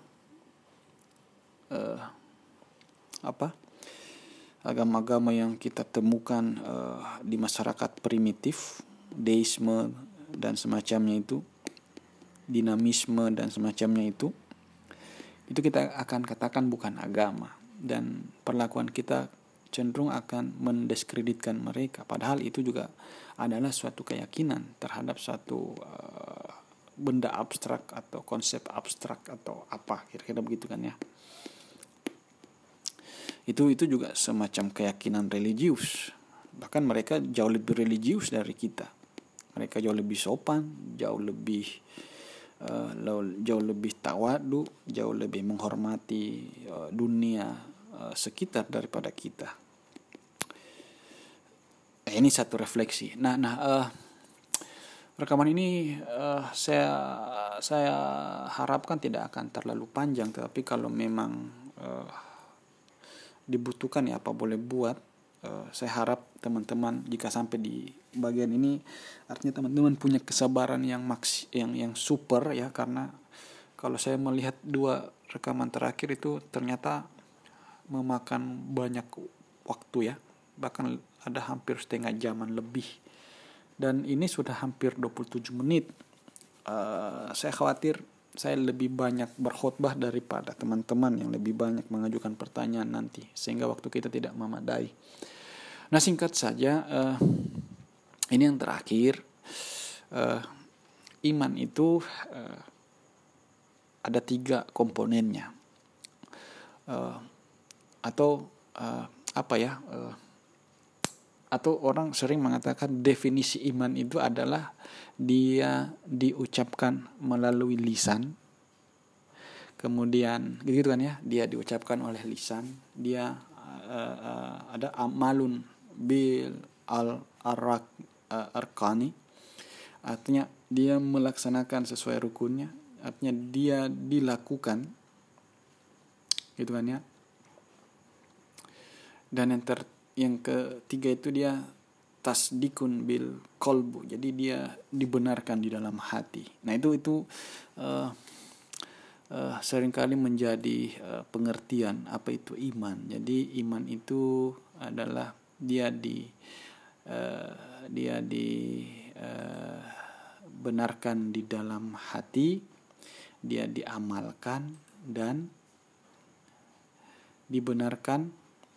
agama-agama yang kita temukan di masyarakat primitif, deisme dan semacamnya itu, dinamisme dan semacamnya itu kita akan katakan bukan agama, dan perlakuan kita cenderung akan mendiskreditkan mereka, padahal itu juga adalah suatu keyakinan terhadap suatu benda abstrak atau konsep abstrak atau apa, kira-kira begitu kan ya. Itu juga semacam keyakinan religius, bahkan mereka jauh lebih religius dari kita. Mereka jauh lebih sopan, jauh lebih tawadu, jauh lebih menghormati dunia sekitar daripada kita. Ini satu refleksi. Rekaman ini saya harapkan tidak akan terlalu panjang, tetapi kalau memang dibutuhkan ya apa boleh buat. Saya harap teman-teman jika sampai di bagian ini, artinya teman-teman punya kesabaran yang super ya, karena kalau saya melihat 2 rekaman terakhir itu ternyata memakan banyak waktu ya, bahkan ada hampir setengah jaman lebih, dan ini sudah hampir 27 menit. Saya khawatir saya lebih banyak berkhutbah daripada teman-teman yang lebih banyak mengajukan pertanyaan nanti, sehingga waktu kita tidak memadai. Nah, singkat saja, ini yang terakhir, iman itu ada 3 komponennya, atau orang sering mengatakan definisi iman itu adalah dia diucapkan melalui lisan, kemudian gitu kan ya, dia diucapkan oleh lisan, dia ada amalun bil arkani, artinya dia melaksanakan sesuai rukunnya, artinya dia dilakukan, gitu kan ya. Dan yang ketiga itu dia tasdikun bil kolbu, jadi dia dibenarkan di dalam hati. Nah itu seringkali menjadi pengertian apa itu iman. Jadi iman itu adalah dia dibenarkan di dalam hati, dia diamalkan dan dibenarkan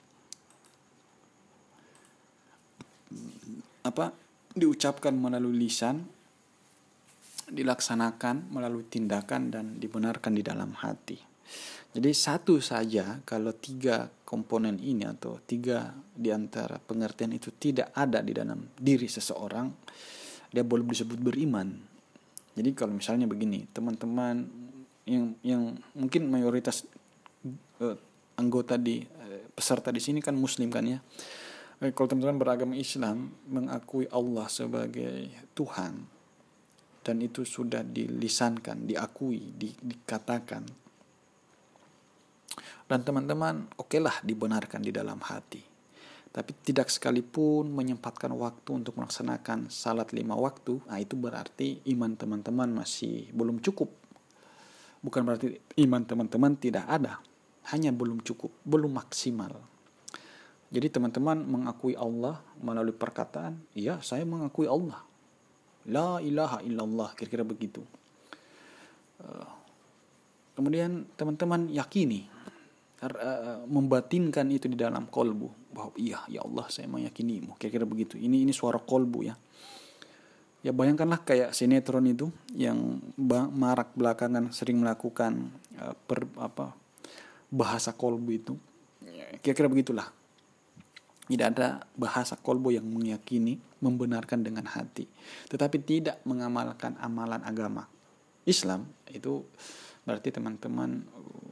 diucapkan melalui lisan, dilaksanakan melalui tindakan, dan dibenarkan di dalam hati. Jadi satu saja kalau 3 komponen ini atau 3 di antara pengertian itu tidak ada di dalam diri seseorang, dia belum disebut beriman. Jadi kalau misalnya begini, teman-teman yang mungkin mayoritas anggota peserta di sini kan muslim kan ya. Kalau teman-teman beragama Islam, mengakui Allah sebagai Tuhan, dan itu sudah dilisankan, diakui, dikatakan, dan teman-teman okelah dibenarkan di dalam hati, tapi tidak sekalipun menyempatkan waktu untuk melaksanakan salat 5 waktu, nah itu berarti iman teman-teman masih belum cukup. Bukan berarti iman teman-teman tidak ada, hanya belum cukup, belum maksimal. Jadi teman-teman mengakui Allah melalui perkataan, iya saya mengakui Allah, la ilaha illallah, kira-kira begitu. Kemudian teman-teman yakini, membatinkan itu di dalam kolbu, bahwa iya ya Allah saya meyakinimu, kira-kira begitu. Ini suara kolbu ya. Ya bayangkanlah kayak sinetron itu yang marak belakangan sering melakukan bahasa kolbu itu. Ya, kira-kira begitulah. Tidak ada bahasa kolbu yang meyakini, membenarkan dengan hati, tetapi tidak mengamalkan amalan agama Islam. Itu berarti teman-teman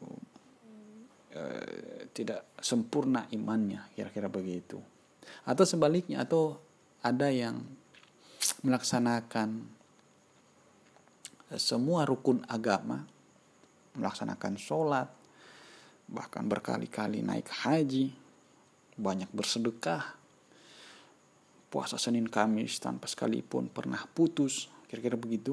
tidak sempurna imannya, kira-kira begitu. Atau sebaliknya, atau ada yang melaksanakan semua rukun agama, melaksanakan sholat, bahkan berkali-kali naik haji, banyak bersedekah, puasa Senin Kamis tanpa sekalipun pernah putus, kira-kira begitu.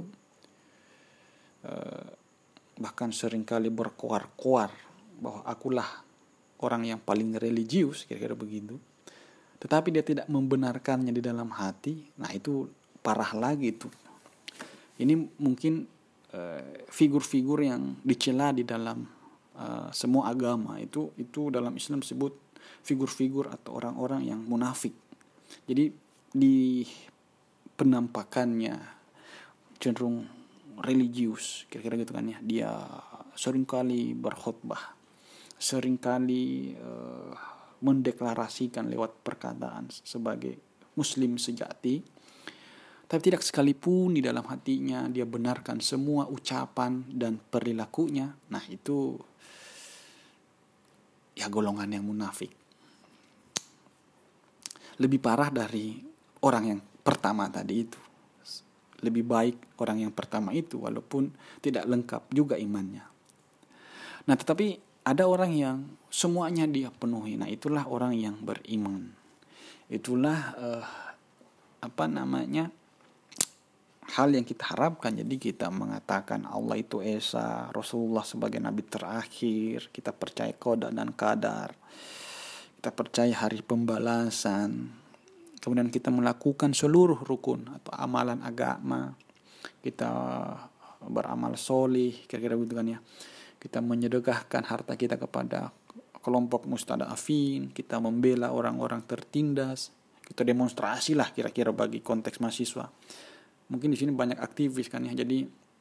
Bahkan seringkali berkoar-koar bahwa akulah orang yang paling religius, kira-kira begitu. Tetapi dia tidak membenarkannya di dalam hati, nah itu parah lagi itu. Ini mungkin figur-figur yang dicela di dalam semua agama. Itu dalam Islam disebut figur-figur atau orang-orang yang munafik. Jadi di penampakannya cenderung religius, kira-kira gitu kan ya. Dia seringkali berkhutbah, seringkali mendeklarasikan lewat perkataan sebagai muslim sejati, tapi tidak sekalipun di dalam hatinya dia benarkan semua ucapan dan perilakunya. Nah itu ya golongan yang munafik. Lebih parah dari orang yang pertama tadi itu. Lebih baik orang yang pertama itu walaupun tidak lengkap juga imannya. Nah tetapi ada orang yang semuanya dia penuhi. Nah itulah orang yang beriman. Itulah hal yang kita harapkan. Jadi kita mengatakan Allah itu esa, Rasulullah sebagai nabi terakhir, kita percaya qada dan qadar, kita percaya hari pembalasan, kemudian kita melakukan seluruh rukun atau amalan agama, kita beramal solih, kira-kira begitu kan ya. Kita menyedekahkan harta kita kepada kelompok mustadafin, kita membela orang-orang tertindas, kita demonstrasi lah kira-kira bagi konteks mahasiswa. Mungkin di sini banyak aktivis kan ya, jadi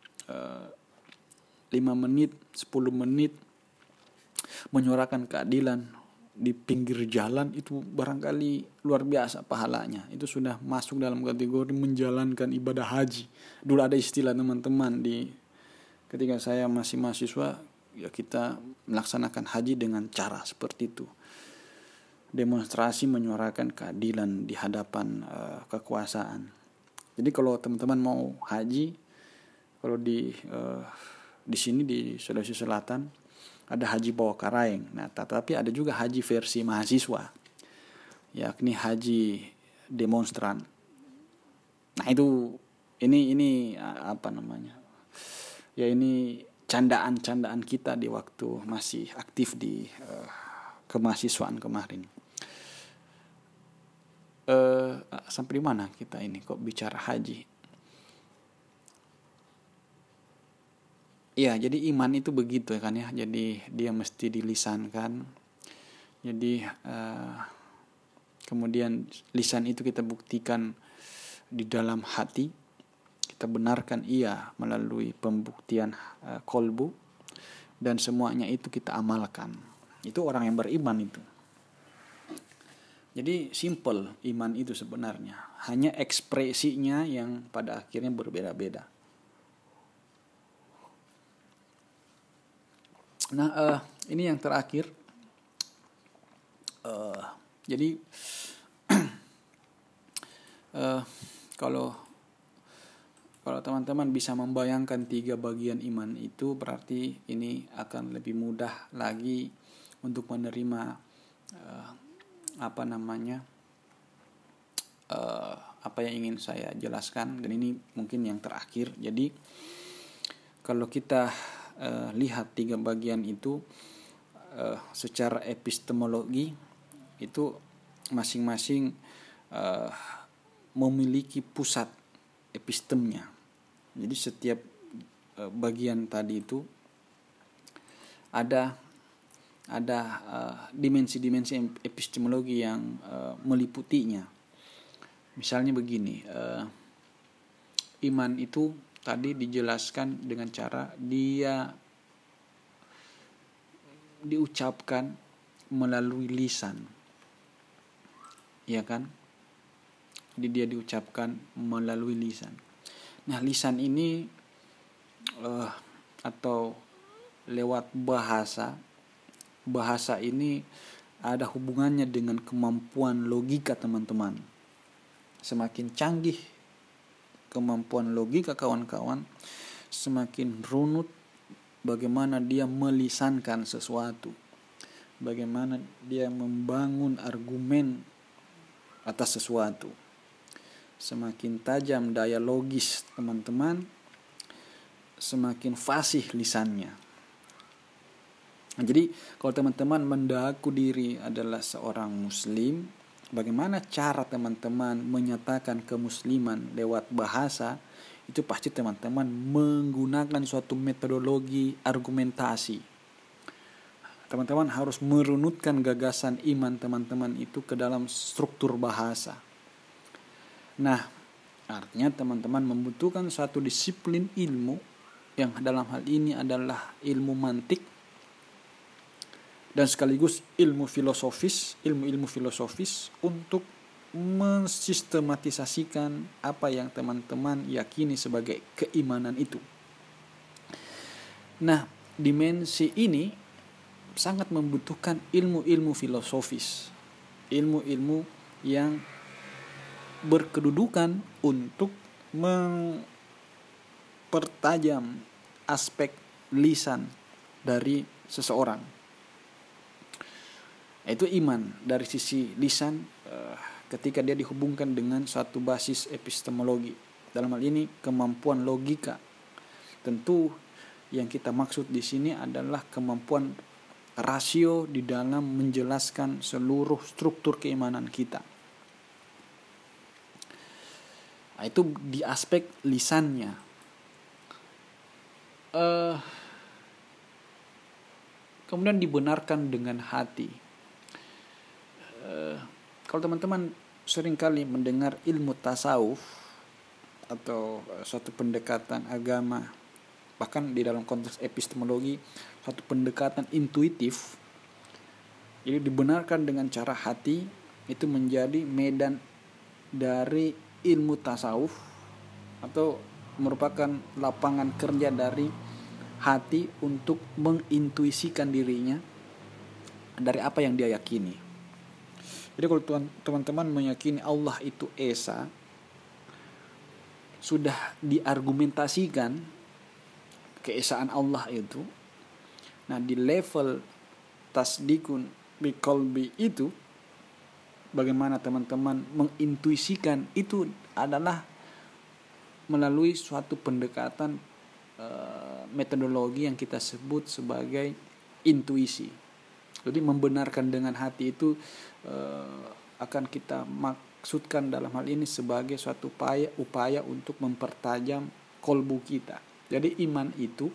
5 menit, 10 menit menyuarakan keadilan di pinggir jalan itu barangkali luar biasa pahalanya. Itu sudah masuk dalam kategori menjalankan ibadah haji. Dulu ada istilah teman-teman ketika saya masih mahasiswa, ya kita melaksanakan haji dengan cara seperti itu. Demonstrasi menyuarakan keadilan di hadapan kekuasaan. Jadi kalau teman-teman mau haji, kalau di sini di Sulawesi Selatan ada haji bawa karaeng. Nah, tetapi ada juga haji versi mahasiswa, yakni haji demonstran. Nah, ini apa namanya? Ya ini candaan-candaan kita di waktu masih aktif di kemahasiswaan kemarin. Sampai di mana kita ini kok bicara haji? Ya, jadi iman itu begitu kan ya. Jadi dia mesti dilisankan. Jadi kemudian lisan itu kita buktikan di dalam hati. Kita benarkan ia melalui pembuktian kolbu, dan semuanya itu kita amalkan. Itu orang yang beriman itu. Jadi simple iman itu sebenarnya. Hanya ekspresinya yang pada akhirnya berbeda-beda. Nah, ini yang terakhir. Jadi kalau teman-teman bisa membayangkan 3 bagian iman itu, berarti ini akan lebih mudah lagi untuk menerima apa yang ingin saya jelaskan. Dan ini mungkin yang terakhir. Jadi kalau kita lihat 3 bagian itu secara epistemologi, itu masing-masing memiliki pusat epistemnya. Jadi setiap bagian tadi itu ada dimensi-dimensi epistemologi yang meliputinya. Misalnya begini, iman itu tadi dijelaskan dengan cara dia diucapkan melalui lisan, ya kan? Jadi dia diucapkan melalui lisan. Nah, lisan ini atau lewat bahasa ini ada hubungannya dengan kemampuan logika teman-teman. Semakin canggih kemampuan logika kawan-kawan, semakin runut bagaimana dia melisankan sesuatu, bagaimana dia membangun argumen atas sesuatu. Semakin tajam daya logis teman-teman, semakin fasih lisannya. Nah, jadi kalau teman-teman mengaku diri adalah seorang muslim, bagaimana cara teman-teman menyatakan kemusliman lewat bahasa? Itu pasti teman-teman menggunakan suatu metodologi argumentasi. Teman-teman harus merunutkan gagasan iman teman-teman itu ke dalam struktur bahasa. Nah, artinya teman-teman membutuhkan suatu disiplin ilmu yang dalam hal ini adalah ilmu mantik dan sekaligus ilmu filosofis untuk mensistematisasikan apa yang teman-teman yakini sebagai keimanan itu. Nah, dimensi ini sangat membutuhkan ilmu-ilmu filosofis, ilmu-ilmu yang berkedudukan untuk mempertajam aspek lisan dari seseorang. Itu iman dari sisi lisan ketika dia dihubungkan dengan suatu basis epistemologi. Dalam hal ini kemampuan logika. Tentu yang kita maksud di sini adalah kemampuan rasio di dalam menjelaskan seluruh struktur keimanan kita. Nah, itu di aspek lisannya. Kemudian dibenarkan dengan hati. Kalau teman-teman seringkali mendengar ilmu tasawuf atau suatu pendekatan agama, bahkan di dalam konteks epistemologi, suatu pendekatan intuitif, jadi dibenarkan dengan cara hati, itu menjadi medan dari ilmu tasawuf atau merupakan lapangan kerja dari hati untuk mengintuisikan dirinya dari apa yang dia yakini. Jadi kalau teman-teman meyakini Allah itu Esa, sudah diargumentasikan keesaan Allah itu. Nah, di level tasdikun biqalbi itu, bagaimana teman-teman mengintuisikan itu adalah melalui suatu pendekatan metodologi yang kita sebut sebagai intuisi. Jadi membenarkan dengan hati itu akan kita maksudkan dalam hal ini sebagai suatu upaya untuk mempertajam kolbu kita. Jadi iman itu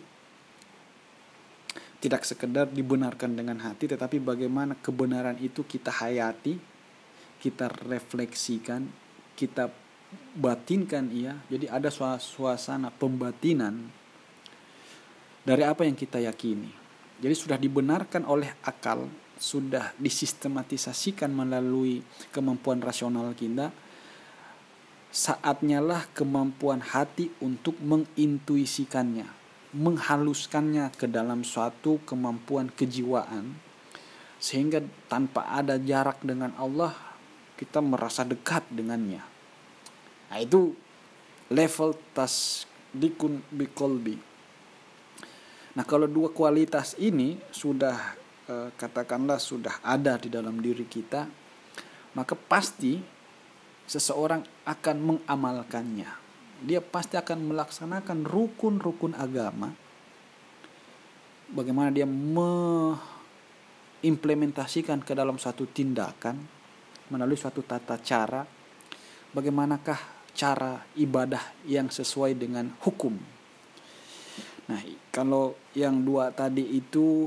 tidak sekedar dibenarkan dengan hati, tetapi bagaimana kebenaran itu kita hayati, kita refleksikan, kita batinkan ia. Jadi ada suasana pembatinan dari apa yang kita yakini. Jadi sudah dibenarkan oleh akal, sudah disistematisasikan melalui kemampuan rasional kita. Saatnya lah kemampuan hati untuk mengintuisikannya, menghaluskannya ke dalam suatu kemampuan kejiwaan, sehingga tanpa ada jarak dengan Allah, kita merasa dekat dengannya. Nah, itu level tasdikun biqalbi. Nah, kalau dua kualitas ini sudah katakanlah sudah ada di dalam diri kita, maka pasti seseorang akan mengamalkannya. Dia pasti akan melaksanakan rukun-rukun agama. Bagaimana dia mengimplementasikan ke dalam suatu tindakan melalui suatu tata cara. Bagaimanakah cara ibadah yang sesuai dengan hukum. Nah, kalau yang dua tadi itu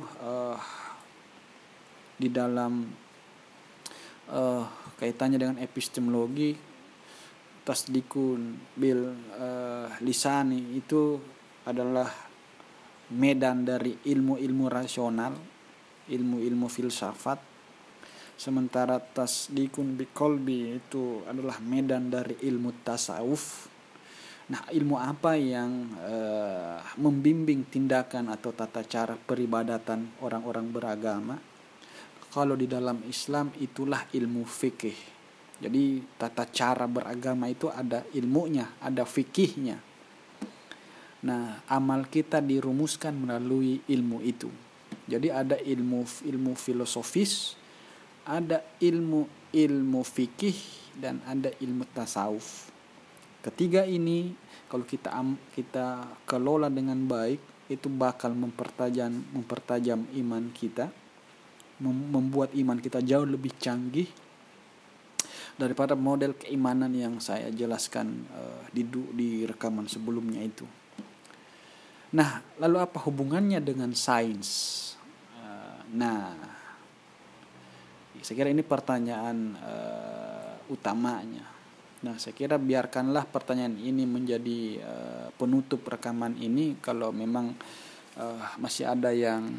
di dalam kaitannya dengan epistemologi, tasdikun bil lisani itu adalah medan dari ilmu-ilmu rasional, ilmu-ilmu filsafat. Sementara tasdikun biqalbi itu adalah medan dari ilmu tasawuf. Nah, ilmu apa yang membimbing tindakan atau tata cara peribadatan orang-orang beragama? Kalau di dalam Islam itulah ilmu fikih. Jadi tata cara beragama itu ada ilmunya, ada fikihnya. Nah, amal kita dirumuskan melalui ilmu itu. Jadi ada ilmu filosofis, ada ilmu fikih, dan ada ilmu tasawuf. Ketiga ini kalau kita kelola dengan baik, itu bakal mempertajam iman kita, membuat iman kita jauh lebih canggih daripada model keimanan yang saya jelaskan di rekaman sebelumnya itu. Nah, lalu apa hubungannya dengan sains? Nah, saya kira ini pertanyaan utamanya. Nah, saya kira biarkanlah pertanyaan ini menjadi penutup rekaman ini. Kalau memang masih ada yang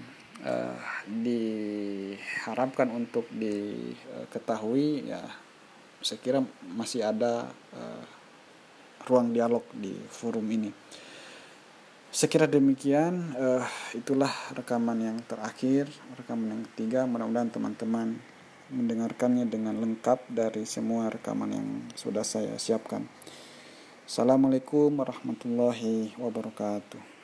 diharapkan untuk diketahui, ya saya kira masih ada ruang dialog di forum ini. Saya kira demikian, itulah rekaman yang terakhir, rekaman yang ketiga. Mudah-mudahan teman-teman mendengarkannya dengan lengkap dari semua rekaman yang sudah saya siapkan. Assalamualaikum warahmatullahi wabarakatuh.